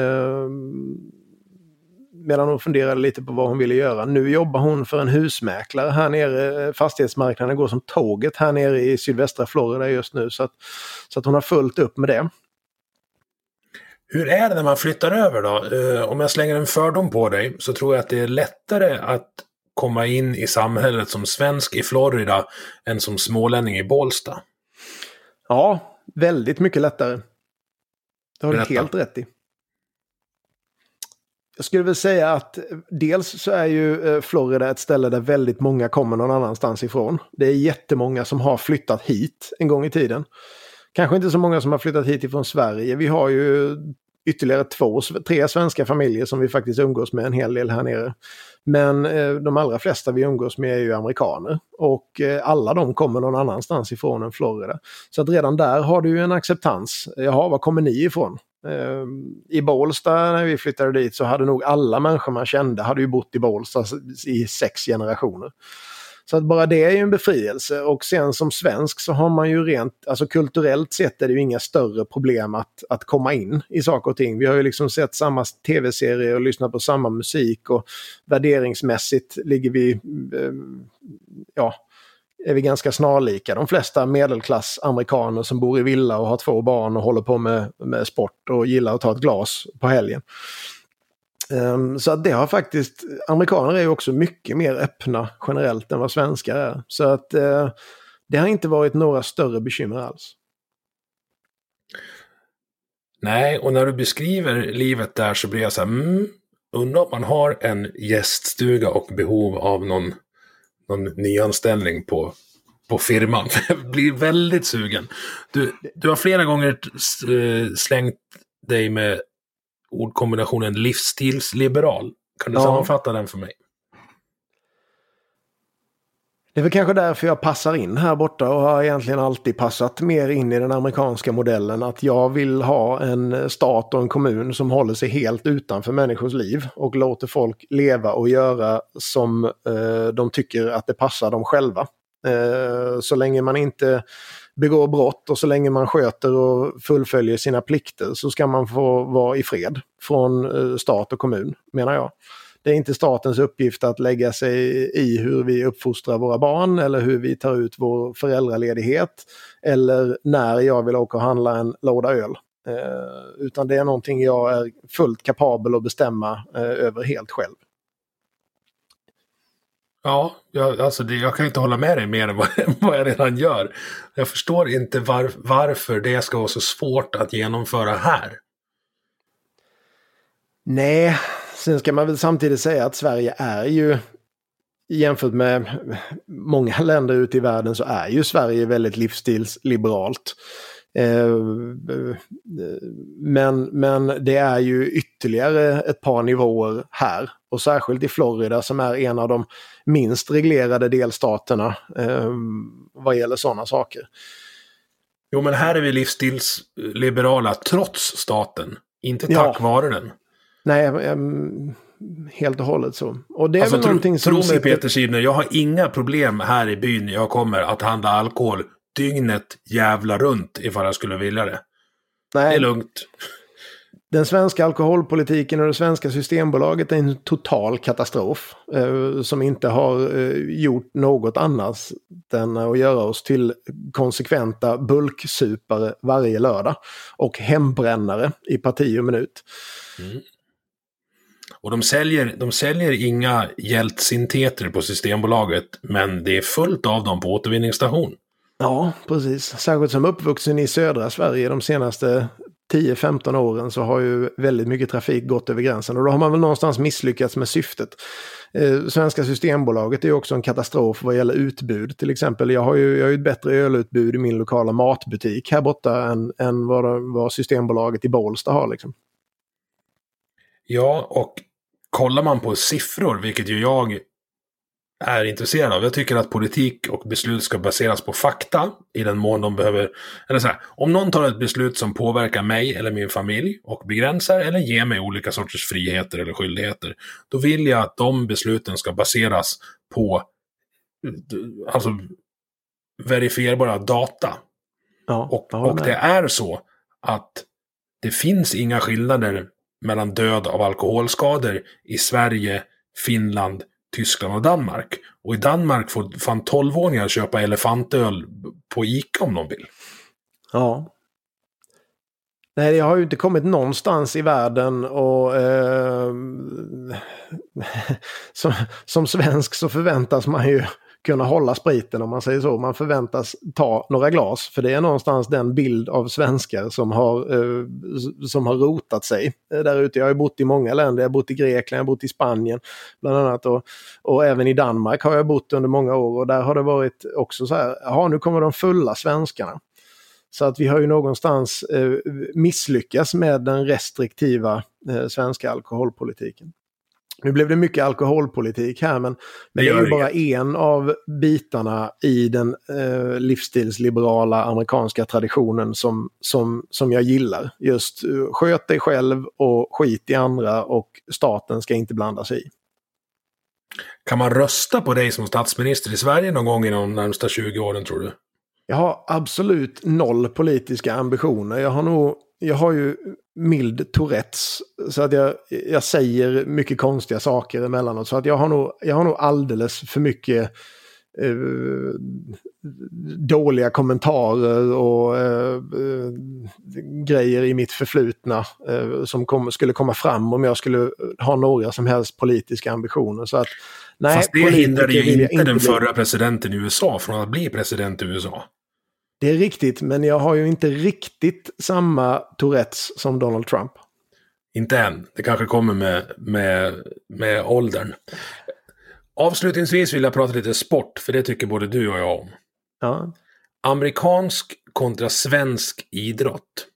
Medan hon funderade lite på vad hon ville göra. Nu jobbar hon för en husmäklare här nere. Fastighetsmarknaden går som tåget här nere i sydvästra Florida just nu. Så att hon har fullt upp med det. Hur är det när man flyttar över då? Om jag slänger en fördom på dig så tror jag att det är lättare att komma in i samhället som svensk i Florida än som smålänning i Bålsta. Ja, väldigt mycket lättare. Det har du helt rätt i. Jag skulle väl säga att dels så är ju Florida ett ställe där väldigt många kommer någon annanstans ifrån. Det är jättemånga som har flyttat hit en gång i tiden. Kanske inte så många som har flyttat hit ifrån Sverige. Vi har ju ytterligare 3 svenska familjer som vi faktiskt umgås med en hel del här nere. Men de allra flesta vi umgås med är ju amerikaner. Och alla de kommer någon annanstans ifrån än Florida. Så att redan där har du ju en acceptans. Jaha, var kommer ni ifrån? I Bålsta när vi flyttade dit så hade nog alla människor man kände hade ju bott i Bålsta i 6 generationer. Så att bara det är ju en befrielse och sen som svensk så har man ju alltså kulturellt sett är det ju inga större problem att komma in i saker och ting. Vi har ju liksom sett samma tv-serier och lyssnat på samma musik och värderingsmässigt ligger vi är vi ganska snarlika. De flesta medelklass amerikaner som bor i villa och har 2 barn och håller på med sport och gillar att ta ett glas på helgen. Så att det har faktiskt, amerikaner är ju också mycket mer öppna generellt än vad svenskar är. Så att det har inte varit några större bekymmer alls. Nej, och när du beskriver livet där så blir jag så här, undrar om man har en gäststuga och behov av någon nyanställning på firman. Jag blir väldigt sugen. Du har flera gånger slängt dig med ordkombinationen livsstilsliberal. Kan du sammanfatta den för mig? Det är väl kanske därför jag passar in här borta och har egentligen alltid passat mer in i den amerikanska modellen. Att jag vill ha en stat och en kommun som håller sig helt utanför människors liv och låter folk leva och göra som de tycker att det passar dem själva. Så länge man inte begår brott och så länge man sköter och fullföljer sina plikter så ska man få vara i fred från stat och kommun, menar jag. Det är inte statens uppgift att lägga sig i hur vi uppfostrar våra barn eller hur vi tar ut vår föräldraledighet eller när jag vill åka och handla en låda öl. Utan det är någonting jag är fullt kapabel att bestämma över helt själv. Ja, jag kan inte hålla med dig mer än vad jag redan gör. Jag förstår inte varför det ska vara så svårt att genomföra här. Nej, sen ska man väl samtidigt säga att Sverige är ju, jämfört med många länder ute i världen, så är ju Sverige väldigt livsstilsliberalt. Men det är ju ytterligare ett par nivåer här. Och särskilt i Florida som är en av de minst reglerade delstaterna vad gäller sådana saker. Jo, men här är vi livsstilsliberala trots staten, inte tack vare den. Nej, helt och hållet så. Och det är väl någonting som tro mig Peter Sidner, jag har inga problem här i byn jag kommer att handla alkohol dygnet jävla runt ifall jag skulle vilja det. Nej. Det är lugnt. Den svenska alkoholpolitiken och det svenska systembolaget är en total katastrof som inte har gjort något annat än att göra oss till konsekventa bulksupare varje lördag och hembrännare i parti och minut. Mm. Och de säljer inga hjältsynteter på Systembolaget, men det är fullt av dem på återvinningsstation. Ja, precis. Särskilt som uppvuxen i södra Sverige de senaste 10-15 åren så har ju väldigt mycket trafik gått över gränsen. Och då har man väl någonstans misslyckats med syftet. Svenska Systembolaget är ju också en katastrof vad gäller utbud. Till exempel, jag har ju ett bättre ölutbud i min lokala matbutik här borta än vad Systembolaget i Bålsta har liksom. Ja, och kollar man på siffror, vilket ju jag är intresserad av. Jag tycker att politik och beslut ska baseras på fakta i den mån de behöver, eller så här, om någon tar ett beslut som påverkar mig eller min familj och begränsar eller ger mig olika sorters friheter eller skyldigheter, då vill jag att de besluten ska baseras på alltså verifierbara data. Ja, och det är så att det finns inga skillnader mellan död av alkoholskador i Sverige, Finland, Tyskland och Danmark. Och i Danmark får fan 12-åringar köpa elefantöl på Ica om de vill. Ja. Nej, jag har ju inte kommit någonstans i världen och som svensk så förväntas man ju kunna hålla spriten om man säger så. Man förväntas ta några glas för det är någonstans den bild av svenskar som har rotat sig där ute. Jag har ju bott i många länder, jag har bott i Grekland, jag har bott i Spanien bland annat och även i Danmark har jag bott under många år och där har det varit också så här, jaha nu kommer de fulla svenskarna. Så att vi har ju någonstans misslyckats med den restriktiva svenska alkoholpolitiken. Nu blev det mycket alkoholpolitik här men det är ju bara en av bitarna i den livsstilsliberala amerikanska traditionen som jag gillar. Just sköt dig själv och skit i andra och staten ska inte blanda sig i. Kan man rösta på dig som statsminister i Sverige någon gång i de närmsta 20 åren tror du? Jag har absolut noll politiska ambitioner. Jag har ju mild Tourettes så att jag säger mycket konstiga saker emellanåt. Så att jag har nog alldeles för mycket dåliga kommentarer och grejer i mitt förflutna som skulle komma fram om jag skulle ha några som helst politiska ambitioner. Så att, nej, fast det hindrade ju inte den förra presidenten i USA från att bli president i USA. Det är riktigt, men jag har ju inte riktigt samma Tourettes som Donald Trump. Inte än. Det kanske kommer med åldern. Avslutningsvis vill jag prata lite sport, för det tycker både du och jag om. Ja. Amerikansk kontra svensk idrott.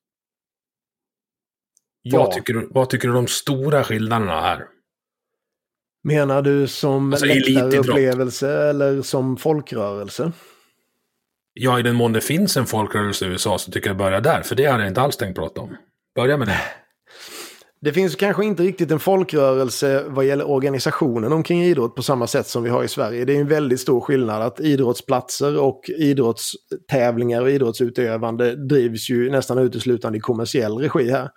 Ja. Vad tycker du de stora skillnaderna är? Menar du som alltså läktarupplevelse eller som folkrörelse? Ja, i den mån det finns en folkrörelse i USA så tycker jag börja där. För det hade jag inte alls tänkt prata om. Börja med det. Det finns kanske inte riktigt en folkrörelse vad gäller organisationen omkring idrott på samma sätt som vi har i Sverige. Det är en väldigt stor skillnad att idrottsplatser och idrottstävlingar och idrottsutövande drivs ju nästan uteslutande i kommersiell regi här.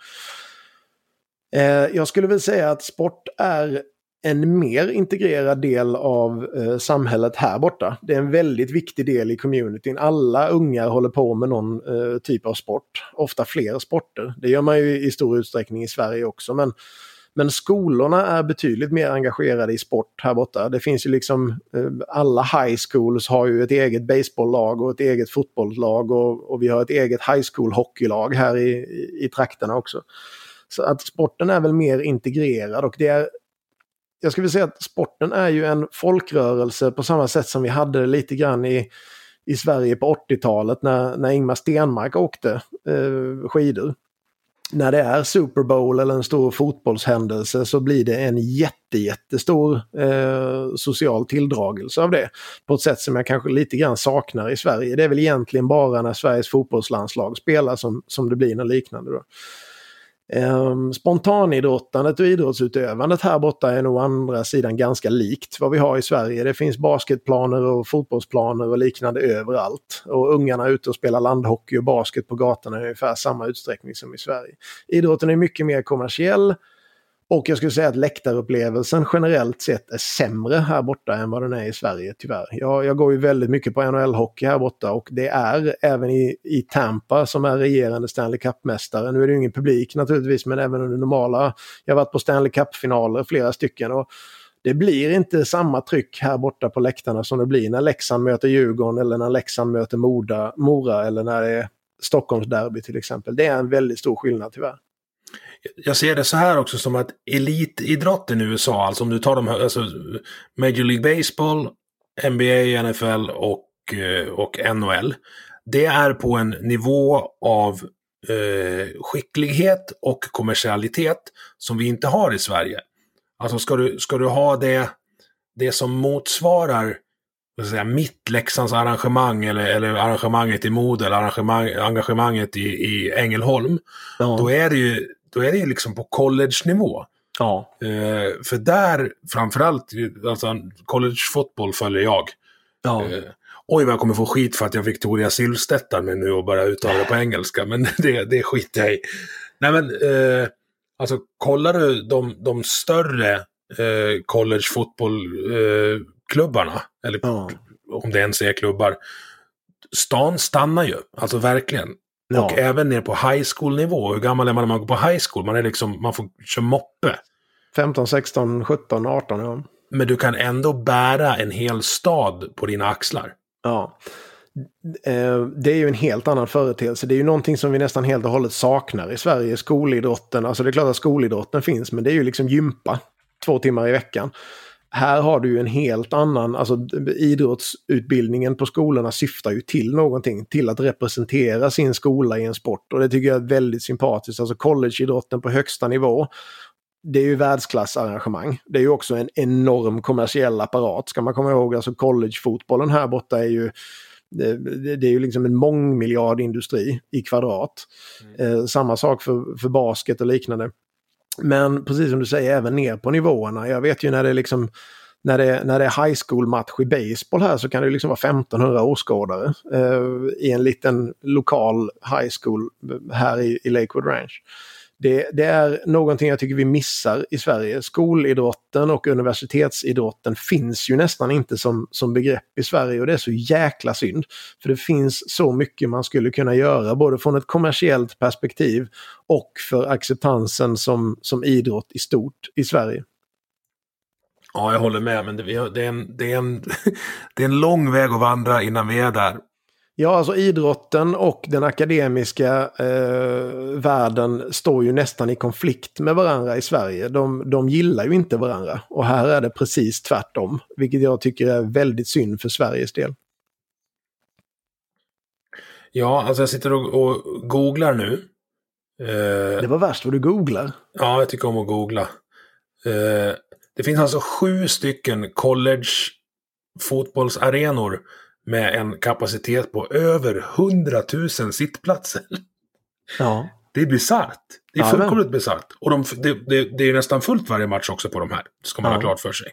Jag skulle väl säga att sport är en mer integrerad del av samhället här borta. Det är en väldigt viktig del i communityn. Alla ungar håller på med någon typ av sport. Ofta fler sporter. Det gör man ju i stor utsträckning i Sverige också. Men skolorna är betydligt mer engagerade i sport här borta. Det finns ju liksom, alla high schools har ju ett eget baseballlag och ett eget fotbollslag. Och vi har ett eget high school hockeylag här i trakterna också. Så att sporten är väl mer integrerad och det är, jag skulle vilja säga att sporten är ju en folkrörelse på samma sätt som vi hade det lite grann i Sverige på 80-talet när Ingmar Stenmark åkte skidor. när det är Super Bowl eller en stor fotbollshändelse så blir det en jättestor social tilldragelse av det. På ett sätt som jag kanske lite grann saknar i Sverige. Det är väl egentligen bara när Sveriges fotbollslandslag spelar som det blir något liknande då. Spontanidrottandet och idrottsutövandet här borta är nog andra sidan ganska likt vad vi har i Sverige. Det finns basketplaner och fotbollsplaner och liknande överallt. Och ungarna är ute och spelar landhockey och basket på gatorna i ungefär samma utsträckning som i Sverige. Idrotten är mycket mer kommersiell. Och jag skulle säga att läktarupplevelsen generellt sett är sämre här borta än vad den är i Sverige tyvärr. Jag går ju väldigt mycket på NHL-hockey här borta och det är även i Tampa som är regerande Stanley Cup-mästare. Nu är det ju ingen publik naturligtvis, men även under normala. Jag har varit på Stanley Cup-finaler flera stycken och det blir inte samma tryck här borta på läktarna som det blir när Leksand möter Djurgården eller när Leksand möter Mora eller när det är Stockholms derby till exempel. Det är en väldigt stor skillnad tyvärr. Jag ser det så här också som att elitidrotten i USA, alltså om du tar Major League Baseball, NBA, NFL och NHL, det är på en nivå av skicklighet och kommersialitet som vi inte har i Sverige. Alltså ska du ha det som motsvarar mitt Leksands arrangemang eller arrangemanget i Modo eller engagemanget i Ängelholm, då är det ju liksom på college-nivå. Ja. För där framförallt, alltså college-fotboll följer jag. Ja. Oj, vad jag kommer få skit för att jag fick Victoria Silvstedt med nu och bara uttala det på engelska, men det skiter jag i. Nej men, alltså kollar du de större college-fotbollklubbarna, eller om det ens är klubbar, stan stannar ju, alltså verkligen. Ja. Och även ner på high school-nivå. Hur gammal är man när man går på high school? Man får köra moppe. 15, 16, 17, 18, ja. Men du kan ändå bära en hel stad på dina axlar. Ja. Det är ju en helt annan företeelse. Det är ju någonting som vi nästan helt och hållet saknar i Sverige. Skolidrotten, alltså det är klart att skolidrotten finns, men det är ju liksom gympa 2 timmar i veckan. Här har du ju en helt annan, alltså idrottsutbildningen på skolorna syftar ju till någonting, till att representera sin skola i en sport, och det tycker jag är väldigt sympatiskt. Alltså collegeidrotten på högsta nivå, det är ju världsklassarrangemang. Det är ju också en enorm kommersiell apparat, ska man komma ihåg. Alltså collegefotbollen här borta är ju det är ju liksom en mångmiljardindustri i kvadrat. Samma sak för basket och liknande. Men precis som du säger, även ner på nivåerna. Jag vet ju när det är liksom när det är high school match i baseball här, så kan det liksom vara 1500 åskådare i en liten lokal high school här i Lakewood Ranch. Det är någonting jag tycker vi missar i Sverige. Skolidrotten och universitetsidrotten finns ju nästan inte som begrepp i Sverige, och det är så jäkla synd. För det finns så mycket man skulle kunna göra, både från ett kommersiellt perspektiv och för acceptansen som idrott i stort i Sverige. Ja, jag håller med, men det är en lång väg att vandra innan vi är där. Ja, alltså idrotten och den akademiska världen står ju nästan i konflikt med varandra i Sverige. De gillar ju inte varandra, och här är det precis tvärtom, vilket jag tycker är väldigt synd för Sveriges del. Ja, alltså jag sitter och googlar nu. Det var värst vad du googlar. Ja, jag tycker om att googla. Det finns alltså 7 stycken college-fotbollsarenor med en kapacitet på över 100 000 sittplatser. Ja. Det är bisarrt. Det är fullkomligt bisarrt. Och det är nästan fullt varje match också på de här. Det ska man ha klart för sig.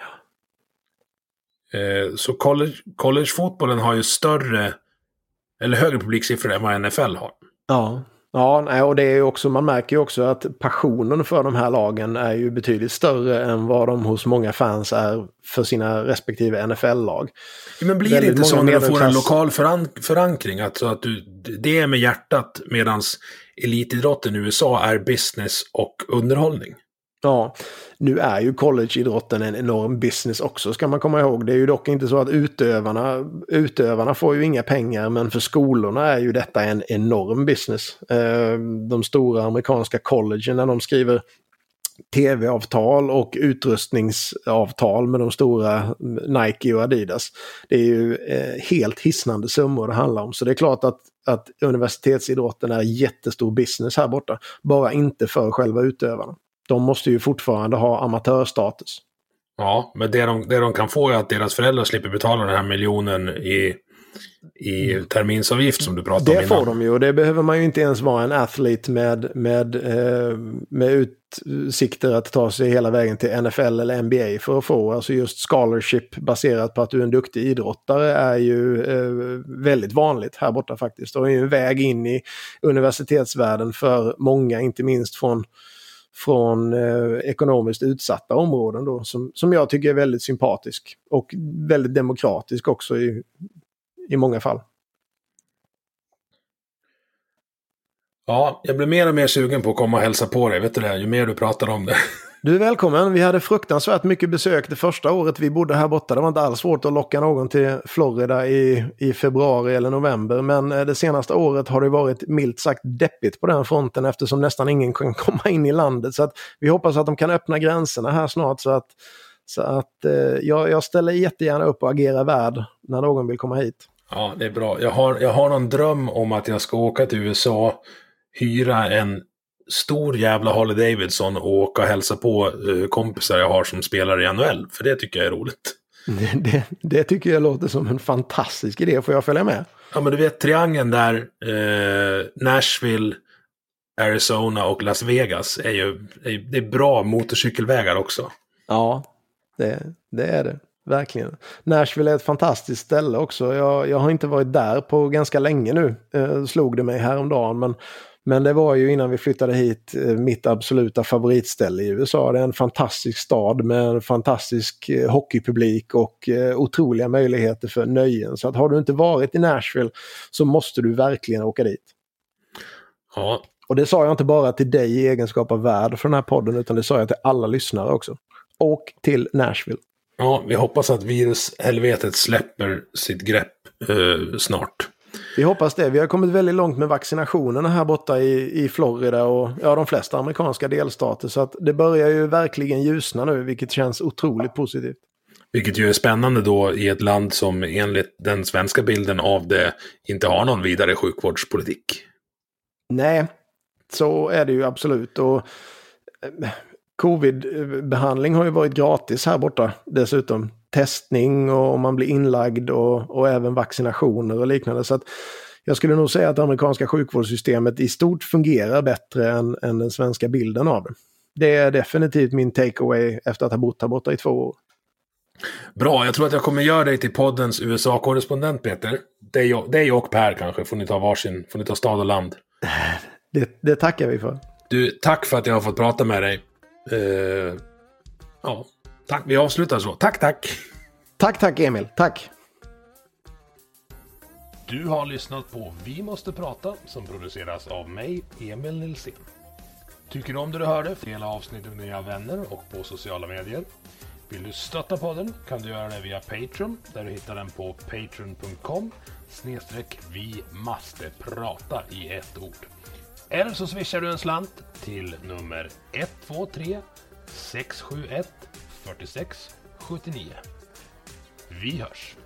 Så college-fotbollen har ju högre publiksiffror än vad NFL har. Ja. Ja, och det är ju också, man märker ju också att passionen för de här lagen är ju betydligt större än vad de hos många fans är för sina respektive NFL-lag. Ja, men blir det inte så när du får en lokal förankring, alltså att det är med hjärtat, medans elitidrotten i USA är business och underhållning? Ja, nu är ju collegeidrotten en enorm business också, ska man komma ihåg. Det är ju dock inte så att utövarna får ju inga pengar, men för skolorna är ju detta en enorm business. De stora amerikanska collegen, när de skriver tv-avtal och utrustningsavtal med de stora Nike och Adidas, det är ju helt hisnande summor det handlar om. Så det är klart att att universitetsidrotten är jättestor business här borta. Bara inte för själva utövarna. De måste ju fortfarande ha amatörstatus. Ja, men det de kan få är att deras föräldrar slipper betala den här miljonen i terminsavgift som du pratade om innan. Det får de ju, och det behöver man ju inte ens vara en athlete med utsikter att ta sig hela vägen till NFL eller NBA för att få. Alltså just scholarship baserat på att du är en duktig idrottare är ju väldigt vanligt här borta faktiskt. Och är ju en väg in i universitetsvärlden för många, inte minst från ekonomiskt utsatta områden då, som jag tycker är väldigt sympatisk och väldigt demokratisk också i många fall. Ja, jag blir mer och mer sugen på att komma och hälsa på dig, vet du det, ju mer du pratar om det. Du är välkommen, vi hade fruktansvärt mycket besök det första året vi bodde här borta. Det var inte alls svårt att locka någon till Florida i februari eller november, men det senaste året har det varit milt sagt deppigt på den fronten eftersom nästan ingen kan komma in i landet. Så att vi hoppas att de kan öppna gränserna här snart så att jag ställer jättegärna upp och agerar värd när någon vill komma hit. Ja, det är bra. Jag har någon dröm om att jag ska åka till USA, hyra en stor jävla Harley Davidson och åka och hälsa på kompisar jag har som spelar i NHL. För det tycker jag är roligt. Det tycker jag låter som en fantastisk idé. Får jag följa med? Ja, men du vet triangeln där Nashville, Arizona och Las Vegas det är bra motorcykelvägar också. Ja, det är det. Verkligen. Nashville är ett fantastiskt ställe också. Jag har inte varit där på ganska länge nu. Slog det mig häromdagen. Men det var ju innan vi flyttade hit mitt absoluta favoritställe i USA. Det är en fantastisk stad med en fantastisk hockeypublik och otroliga möjligheter för nöjen. Så att har du inte varit i Nashville så måste du verkligen åka dit. Ja. Och det sa jag inte bara till dig i egenskap av värd för den här podden, utan det sa jag till alla lyssnare också. Och till Nashville. Ja, vi hoppas att virushelvetet släpper sitt grepp snart. Vi hoppas det. Vi har kommit väldigt långt med vaccinationerna här borta i Florida och de flesta amerikanska delstater. Så att det börjar ju verkligen ljusna nu, vilket känns otroligt positivt. Vilket ju är spännande då i ett land som enligt den svenska bilden av det inte har någon vidare sjukvårdspolitik. Nej, så är det ju absolut. Och covid-behandling har ju varit gratis här borta dessutom. Testning och om man blir inlagd och även vaccinationer och liknande. Så att jag skulle nog säga att det amerikanska sjukvårdssystemet i stort fungerar bättre än den svenska bilden av det. Det är definitivt min takeaway efter att ha bott här borta i 2 år. Bra, jag tror att jag kommer göra dig till poddens USA-korrespondent, Peter. Dig och Per kanske, får ni ta stad och land. Det tackar vi för. Du, tack för att jag har fått prata med dig. Ja, tack. Vi avslutar så. Tack. Tack Emil, tack. Du har lyssnat på Vi måste prata som produceras av mig, Emil Nilsson. Tycker du om det du hörde? Dela avsnittet med dina vänner och på sociala medier. Vill du stötta podden kan du göra det via Patreon, där du hittar den på patreon.com/vi måste prata i ett ord. Eller så swishar du en slant till nummer 123 671 46 79. Vi hörs!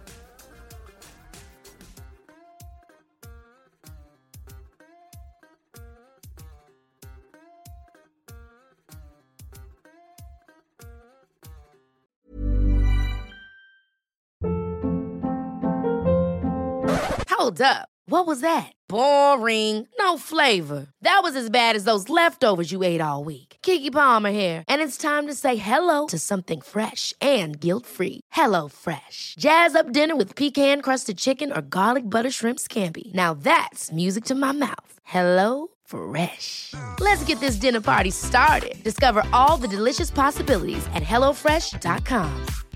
Hold up. What was that? Boring. No flavor. That was as bad as those leftovers you ate all week. Keke Palmer here, and it's time to say hello to something fresh and guilt-free. Hello Fresh. Jazz up dinner with pecan-crusted chicken or garlic butter shrimp scampi. Now that's music to my mouth. Hello Fresh. Let's get this dinner party started. Discover all the delicious possibilities at hellofresh.com.